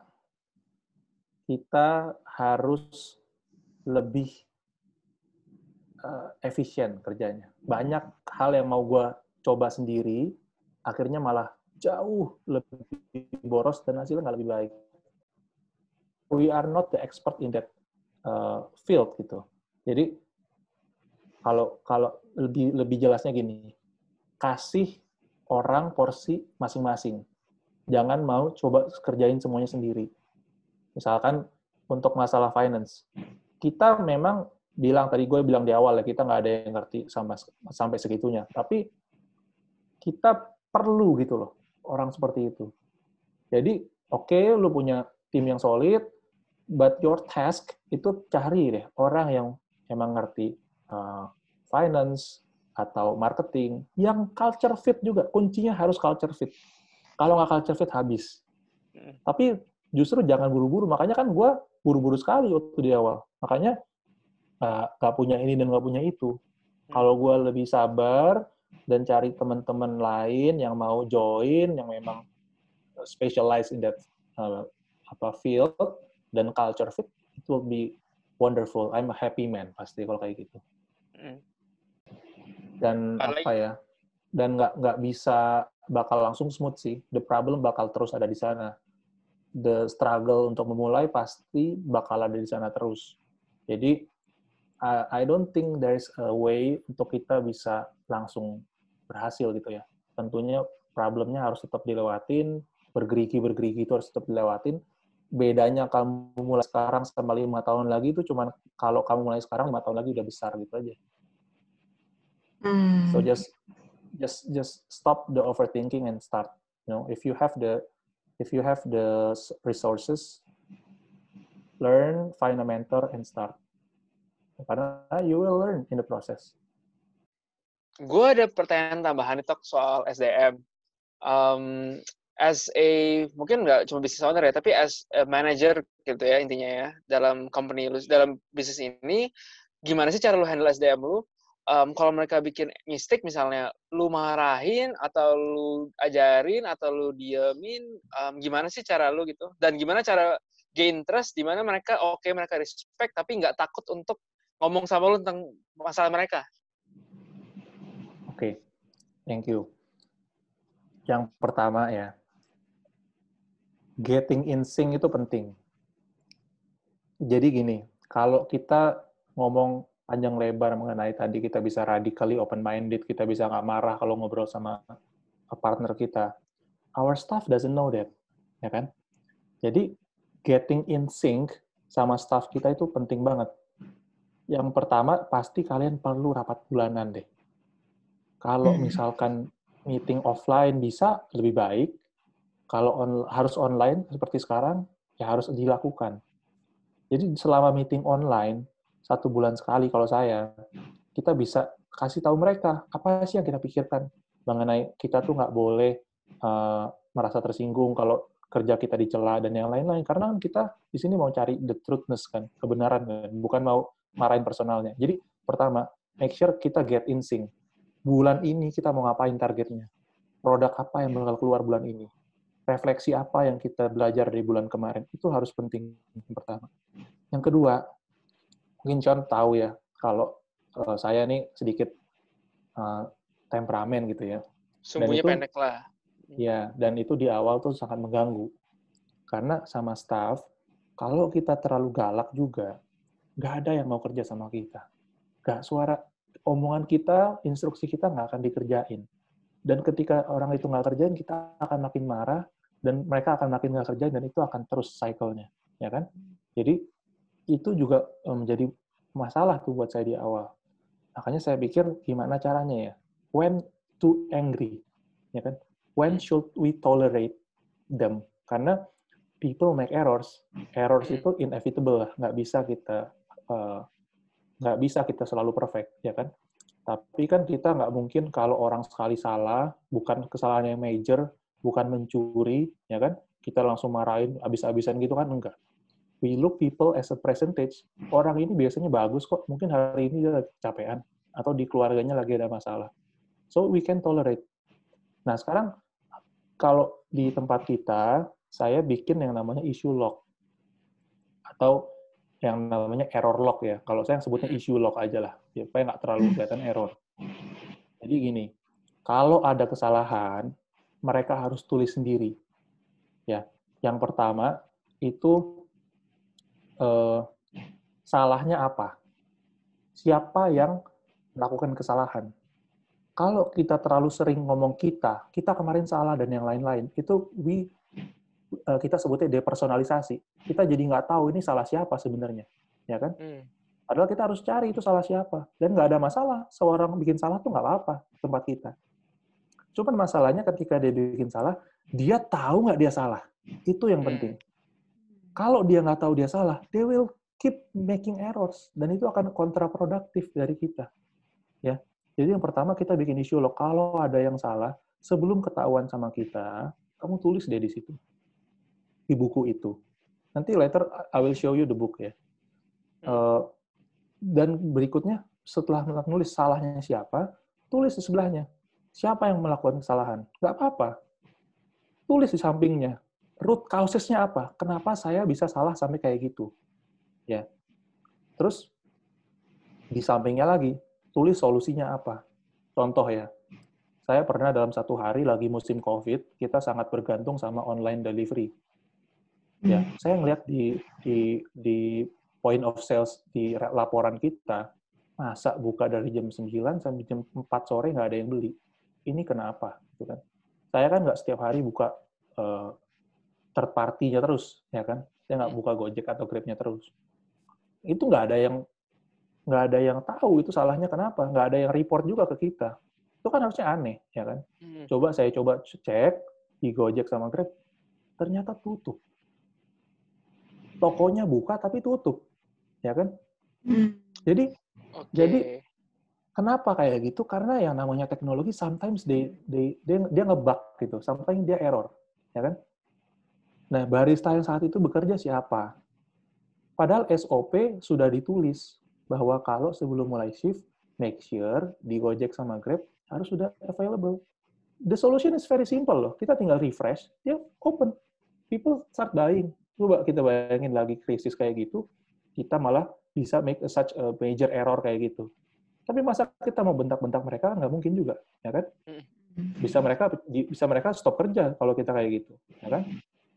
kita harus lebih uh, efisien kerjanya. Banyak hal yang mau gue coba sendiri, akhirnya malah jauh lebih boros dan hasilnya nggak lebih baik. We are not the expert in that uh, field gitu. Jadi kalau kalau lebih lebih jelasnya gini, kasih orang porsi masing-masing. Jangan mau coba kerjain semuanya sendiri. Misalkan untuk masalah finance, kita memang bilang, tadi gue bilang di awal ya, kita nggak ada yang ngerti sampai, sampai segitunya. Tapi kita perlu gitu loh, orang seperti itu. Jadi, oke, okay, lu punya tim yang solid, but your task itu cari deh orang yang emang ngerti uh, finance, atau marketing, yang culture fit juga. Kuncinya harus culture fit. Kalau nggak culture fit, habis. Tapi justru jangan buru-buru. Makanya kan gue buru-buru sekali waktu di awal. Makanya nggak punya ini dan nggak punya itu. Kalau gue lebih sabar dan cari teman-teman lain yang mau join, yang memang specialize in that uh, apa field dan culture fit, it will be wonderful. I'm a happy man pasti kalau kayak gitu. Dan apa ya? Dan nggak nggak bisa bakal langsung smooth sih. The problem bakal terus ada di sana. The struggle untuk memulai pasti bakal ada di sana terus. Jadi I, I don't think there's a way untuk kita bisa langsung berhasil gitu ya. Tentunya problemnya harus tetap dilewatin, bergerigi-bergerigi itu harus tetap dilewatin. Bedanya kamu mulai sekarang sama lima tahun lagi itu cuman kalau kamu mulai sekarang lima tahun lagi udah besar gitu aja. Hmm. So just just just stop the overthinking and start. You know, if you have the if you have the resources, learn, find a mentor and start. Karena you will learn in the process. Gue ada pertanyaan tambahan itu soal S D M. Um, as a mungkin nggak cuma business owner ya, tapi as a manager gitu ya intinya ya dalam company lu, dalam bisnis ini, gimana sih cara lu handle S D M lu? Um, kalau mereka bikin mistake misalnya, lu marahin atau lu ajarin atau lu diemin, um, gimana sih cara lu gitu? Dan gimana cara gain trust di mana mereka oke okay, mereka respect tapi nggak takut untuk ngomong sama lu tentang masalah mereka? Oke, okay. Thank you. Yang pertama ya, getting in sync itu penting. Jadi gini, kalau kita ngomong panjang lebar mengenai tadi kita bisa radically open-minded, kita bisa nggak marah kalau ngobrol sama partner kita. Our staff doesn't know that, ya kan? Jadi, getting in sync sama staff kita itu penting banget. Yang pertama, pasti kalian perlu rapat bulanan deh. Kalau misalkan meeting offline bisa, lebih baik. Kalau on, harus online, seperti sekarang, ya harus dilakukan. Jadi, selama meeting online, satu bulan sekali kalau saya, kita bisa kasih tahu mereka apa sih yang kita pikirkan mengenai kita tuh nggak boleh uh, merasa tersinggung kalau kerja kita dicela dan yang lain-lain, karena kan kita di sini mau cari the truthness kan, kebenaran kan, bukan mau marahin personalnya. Jadi pertama, make sure kita get in sync. Bulan ini kita mau ngapain targetnya? Produk apa yang bakal keluar bulan ini? Refleksi apa yang kita belajar dari bulan kemarin? Itu harus penting yang pertama. Yang kedua, mungkin John tahu ya, kalau uh, saya nih sedikit uh, temperamen gitu ya. Sumbunya pendek lah. Ya, dan itu di awal tuh sangat mengganggu. Karena sama staff, kalau kita terlalu galak juga, nggak ada yang mau kerja sama kita. Nggak, suara omongan kita, instruksi kita nggak akan dikerjain. Dan ketika orang itu nggak kerjain, kita akan makin marah, dan mereka akan makin nggak kerjain, dan itu akan terus cycle-nya. Ya kan? Jadi, itu juga menjadi masalah tuh buat saya di awal. Makanya saya pikir gimana caranya ya? When to angry, ya kan? When should we tolerate them? Karena people make errors. Errors itu inevitable lah, nggak bisa kita uh, nggak bisa kita selalu perfect, ya kan? Tapi kan kita nggak mungkin kalau orang sekali salah, bukan kesalahan yang major, bukan mencuri, ya kan? Kita langsung marahin abis-abisan gitu kan, enggak. We look people as a percentage. Orang ini biasanya bagus kok, mungkin hari ini dia kecapean, atau di keluarganya lagi ada masalah. So, we can tolerate. Nah, sekarang, kalau di tempat kita, saya bikin yang namanya issue log. Atau yang namanya error log ya. Kalau saya sebutnya issue log aja lah, supaya nggak terlalu kelihatan error. Jadi gini, kalau ada kesalahan, mereka harus tulis sendiri. Ya, yang pertama, itu Eh, salahnya apa? Siapa yang melakukan kesalahan? Kalau kita terlalu sering ngomong kita, kita kemarin salah dan yang lain-lain, itu we, uh, kita sebutnya depersonalisasi. Kita jadi nggak tahu ini salah siapa sebenarnya, ya kan? Hmm. Padahal kita harus cari itu salah siapa. Dan nggak ada masalah, seorang bikin salah tuh nggak apa-apa tempat kita. Cuman masalahnya ketika dia bikin salah, dia tahu nggak dia salah. Itu yang penting. Kalau dia nggak tahu dia salah, they will keep making errors, dan itu akan kontraproduktif dari kita. Ya, Jadi yang pertama kita bikin issue log. Kalau ada yang salah, sebelum ketahuan sama kita, kamu tulis deh di situ. Di buku itu. Nanti later I will show you the book ya. Uh, dan berikutnya, setelah menulis salahnya siapa, tulis di sebelahnya. Siapa yang melakukan kesalahan? Nggak apa-apa. Tulis di sampingnya. Root causes-nya apa? Kenapa saya bisa salah sampai kayak gitu? Ya. Terus, di sampingnya lagi, tulis solusinya apa. Contoh ya, saya pernah dalam satu hari lagi musim COVID, kita sangat bergantung sama online delivery. Ya, saya ngelihat di, di, di point of sales di laporan kita, masa buka dari jam sembilan sampai jam empat sore nggak ada yang beli. Ini kenapa? Gitu kan. Saya kan nggak setiap hari buka uh, third party-nya terus, ya kan? Saya nggak buka Gojek atau Grab-nya terus. Itu nggak ada yang nggak ada yang tahu itu salahnya kenapa. Nggak ada yang report juga ke kita. Itu kan harusnya aneh, ya kan? Coba saya coba cek di Gojek sama Grab, ternyata tutup. Tokonya buka tapi tutup, ya kan? Hmm. Jadi, okay. jadi kenapa kayak gitu? Karena yang namanya teknologi sometimes they, they, dia dia nge-bug gitu, sometimes dia error, ya kan? Nah, barista yang saat itu bekerja siapa? Padahal S O P sudah ditulis bahwa kalau sebelum mulai shift, make sure di Gojek sama Grab harus sudah available. The solution is very simple loh. Kita tinggal refresh, dia open. People start buying. Coba kita bayangin lagi krisis kayak gitu, kita malah bisa make a such a major error kayak gitu. Tapi masa kita mau bentak-bentak mereka, nggak mungkin juga, ya kan? Bisa mereka bisa mereka stop kerja kalau kita kayak gitu, ya kan?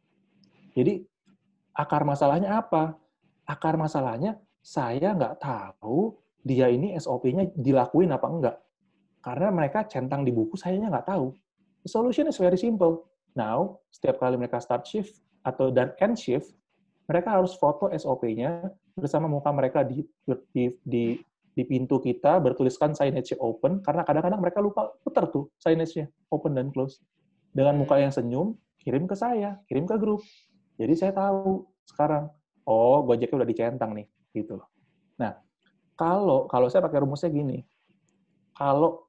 Jadi akar masalahnya apa? Akar masalahnya saya nggak tahu dia ini S O P-nya dilakuin apa enggak. Karena mereka centang di buku, sayanya nggak tahu. The solution is very simple. Now, setiap kali mereka start shift atau dan end shift, mereka harus foto S O P-nya bersama muka mereka di, di, di, di pintu kita, bertuliskan signage open, karena kadang-kadang mereka lupa putar tuh signage-nya, open dan close. Dengan muka yang senyum, kirim ke saya, kirim ke grup. Jadi saya tahu sekarang, oh Gojeknya udah dicentang nih, gitu. Nah, kalau kalau saya pakai rumusnya gini, kalau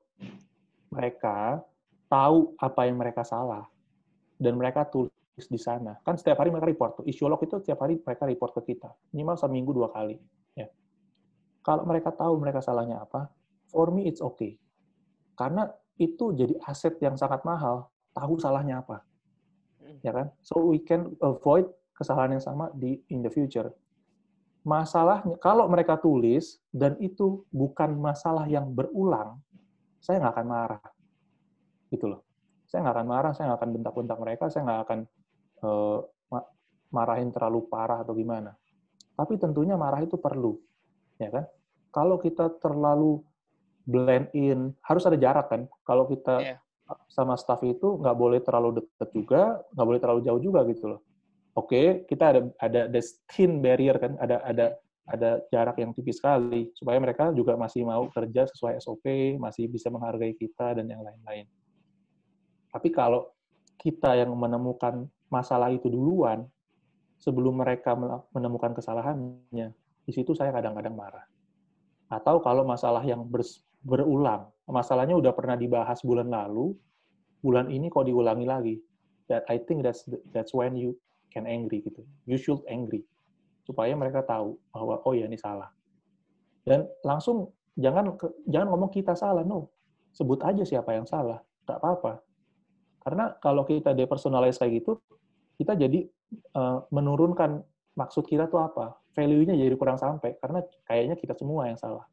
mereka tahu apa yang mereka salah, dan mereka tulis di sana. Kan setiap hari mereka report. Issue log itu setiap hari mereka report ke kita. Minimal seminggu dua kali. Ya. Kalau mereka tahu mereka salahnya apa, for me it's okay. Karena itu jadi aset yang sangat mahal, tahu salahnya apa. Ya kan? So we can avoid kesalahan yang sama di in the future. Masalahnya, kalau mereka tulis, dan itu bukan masalah yang berulang, saya nggak akan marah. Gitu loh. Saya nggak akan marah, saya nggak akan bentak-bentak mereka, saya nggak akan uh, marahin terlalu parah atau gimana. Tapi tentunya marah itu perlu, ya kan? Kalau kita terlalu blend in, harus ada jarak kan? Kalau kita yeah. sama staff itu nggak boleh terlalu dekat juga, nggak boleh terlalu jauh juga gitu loh. Oke, okay, kita ada ada thin barrier kan, ada ada ada jarak yang tipis sekali supaya mereka juga masih mau kerja sesuai S O P, masih bisa menghargai kita dan yang lain-lain. Tapi kalau kita yang menemukan masalah itu duluan, sebelum mereka menemukan kesalahannya, di situ saya kadang-kadang marah. Atau kalau masalah yang ber, berulang, masalahnya udah pernah dibahas bulan lalu, bulan ini kok diulangi lagi. That I think that's that's when you can angry gitu. You should angry. Supaya mereka tahu bahwa oh ya ini salah. Dan langsung jangan jangan ngomong kita salah, no. Sebut aja siapa yang salah, nggak apa-apa. Karena kalau kita depersonalize kayak gitu, kita jadi uh, menurunkan maksud kita tuh apa. Value-nya jadi kurang sampai, karena kayaknya kita semua yang salah.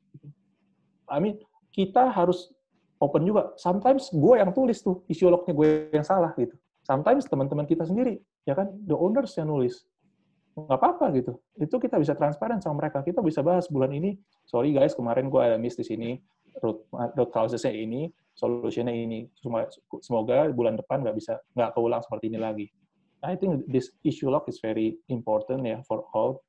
I mean, kita harus open juga. Sometimes gue yang tulis tuh, issue log-nya gue yang salah gitu. Sometimes teman-teman kita sendiri, ya kan, the owners yang nulis. Nggak apa-apa gitu. Itu kita bisa transparan sama mereka. Kita bisa bahas bulan ini, sorry guys, kemarin gue ada miss di sini, root, root causes-nya ini, solution-nya ini. Semoga bulan depan nggak bisa, nggak keulang seperti ini lagi. I think this issue log is very important ya for all.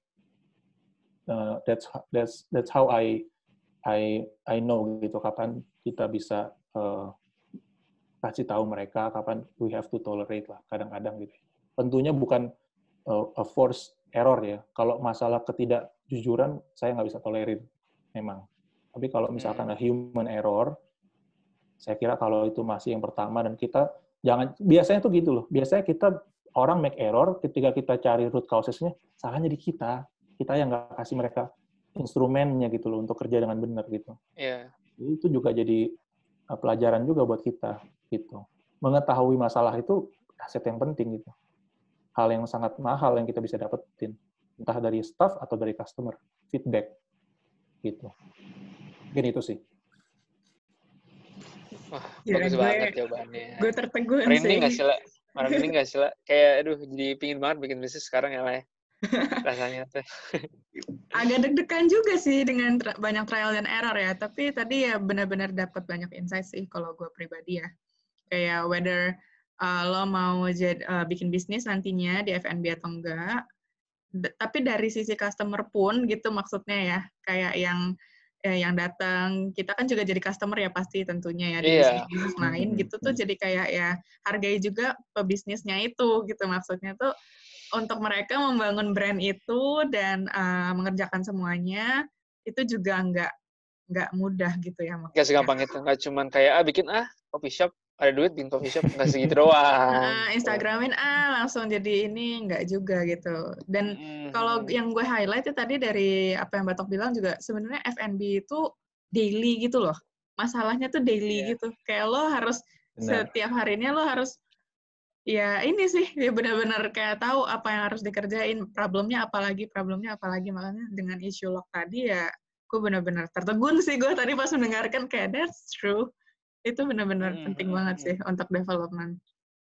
Uh, that's that's that's how I I I know gitu kapan kita bisa uh, kasih tahu mereka, kapan we have to tolerate lah kadang-kadang gitu. Tentunya bukan uh, a force error ya. Kalau masalah ketidakjujuran saya nggak bisa tolerir memang. Tapi kalau misalkan a human error Saya kira kalau itu masih yang pertama dan kita jangan, biasanya tuh gitu loh. Biasanya kita orang make error ketika kita cari root causes-nya, salahnya di kita. Kita yang nggak kasih mereka instrumennya gitu loh untuk kerja dengan benar gitu. Iya. Itu juga jadi uh, pelajaran juga buat kita gitu. Mengetahui masalah itu aset yang penting gitu. Hal yang sangat mahal yang kita bisa dapetin, entah dari staff atau dari customer, feedback gitu. Mungkin itu sih. Wah, Gila, bagus gue- banget jawabannya. Gue tertegun Merinding sih. nggak sih, La? Merinding nggak sih, La? Kayak, aduh, jadi pingin banget bikin bisnis sekarang ya, La, ya. Rasanya tuh. Agak deg-degan juga sih dengan tra- banyak trial dan error ya. Tapi tadi ya benar-benar dapat banyak insight sih kalau gue pribadi ya. Kayak whether uh, lo mau jad, uh, bikin bisnis nantinya di F and B atau enggak. D- tapi dari sisi customer pun gitu maksudnya ya. Kayak yang eh, yang datang, kita kan juga jadi customer ya pasti tentunya ya di Iya. bisnis-bisnis lain gitu tuh jadi kayak ya hargai juga pebisnisnya itu gitu maksudnya tuh untuk mereka membangun brand itu dan uh, mengerjakan semuanya itu juga nggak nggak mudah gitu ya maksudnya. Nggak segampang itu. Nggak cuman kayak, ah, bikin, ah, coffee shop. Ada duit, bikin coffee shop. Nggak segitu doang. Uh, Instagramin ah langsung jadi ini nggak juga gitu. Dan Mm-mm. kalau yang gue highlight itu tadi dari apa yang Batok bilang juga sebenarnya F and B itu daily gitu loh. Masalahnya tuh daily Iya. gitu. Kayak lo harus Benar. setiap harinya lo harus ya ini sih ya benar-benar kayak tahu apa yang harus dikerjain, problemnya apalagi, problemnya apalagi. Makanya dengan isu lock tadi ya gue benar-benar tertegun sih gue tadi pas mendengarkan kayak that's true. Itu benar-benar Mm-mm. penting banget sih untuk development.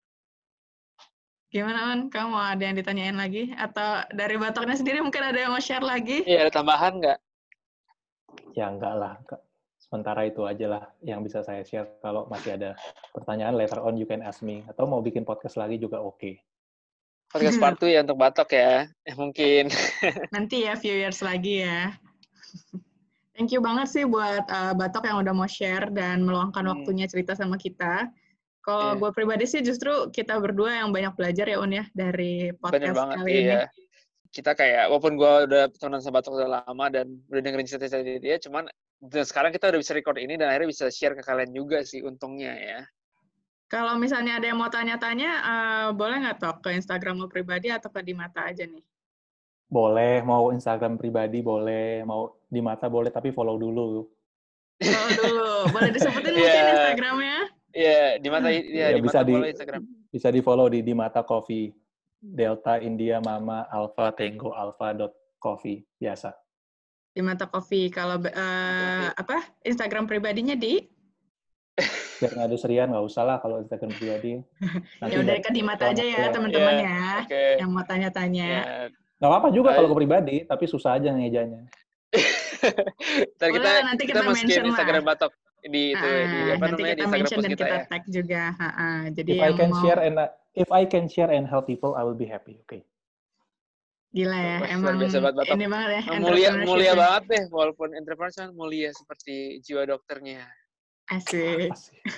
Gimana, On? Kamu mau ada yang ditanyain lagi? Atau dari Batoknya sendiri mungkin ada yang mau share lagi? Iya, ada tambahan nggak? Ya enggak lah. Sementara itu aja lah yang bisa saya share. Kalau masih ada pertanyaan, later on you can ask me. Atau mau bikin podcast lagi juga oke. Podcast part two ya untuk Batok ya. Eh, mungkin. Nanti ya, few years lagi ya. Thank you banget sih buat uh, Batok yang udah mau share dan meluangkan Hmm. waktunya cerita sama kita. Kalau Iya. gue pribadi sih justru kita berdua yang banyak belajar ya, Un ya, dari Bener podcast banget, kali iya. ini. Kita kayak, walaupun gue udah temenan sama Batok udah lama dan udah dengerin cerita-cerita dia, cuman dan sekarang kita udah bisa record ini dan akhirnya bisa share ke kalian juga sih untungnya ya. Kalau misalnya ada yang mau tanya-tanya, uh, boleh nggak Tok ke Instagram lo pribadi atau ke di mata aja nih? Boleh, mau Instagram pribadi boleh, mau di mata boleh, tapi follow dulu. Follow dulu. Boleh disebutin Iya. mungkin Instagramnya? Iya, di mata ya, Ya, di bisa mata di boleh Instagram. bisa di follow di di mata coffee. Delta India Mama Alpha Tango Alpha dot coffee biasa. Di mata coffee. Kalau uh, apa Instagram pribadinya di? Biar nggak ada serian, nggak usah lah kalau Instagram pribadi. Ya udah ke di mata aja ya teman-teman Iya, ya. oke. Yang mau tanya-tanya. Ya. Nggak apa-apa juga Ay- kalau ke pribadi, tapi susah aja ngejanya. Ntar Boleh kita, lah, nanti kita kita masukin mention lah. Instagram Batok di itu Ah, di apa nanti namanya kita di Instagram mention post dan kita kita ya. tag juga. Ha, ha. Jadi If I yang can mau share and if I can share and help people, I will be happy. Oke. Okay. gila ya, Wah, emang luar biasa banget, Batok. ini banget ya. Mulia entrepreneurship mulia ya. banget deh, walaupun entrepreneur mulia seperti jiwa dokternya. Asik.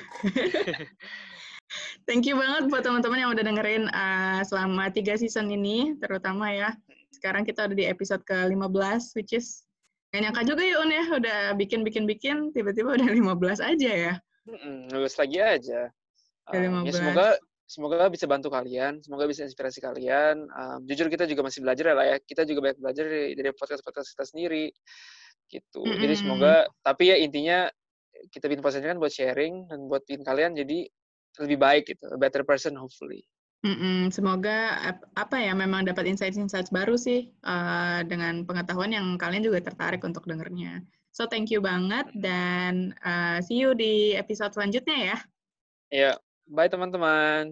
Thank you banget buat teman-teman yang udah dengerin uh, selama tiga season ini, terutama ya. Sekarang kita udah di episode ke lima belas, which is nggak nyangka juga ya, Un ya. Udah bikin-bikin-bikin, tiba-tiba udah lima belas aja ya. Mm-mm, lulus lagi aja. Udah lima Um, ya belas. semoga semoga bisa bantu kalian, semoga bisa inspirasi kalian. Um, jujur kita juga masih belajar ya lah ya. Kita juga banyak belajar dari, dari podcast-podcast kita sendiri. Gitu. Mm-mm. Jadi semoga, tapi ya intinya kita bikin podcast ini kan buat sharing dan buat bikin kalian jadi lebih baik gitu, a better person hopefully. Mm-mm. Semoga ap- apa ya memang dapat insight-insight baru sih uh, dengan pengetahuan yang kalian juga tertarik untuk dengernya. So thank you banget dan uh, see you di episode selanjutnya ya. Ya, bye teman-teman.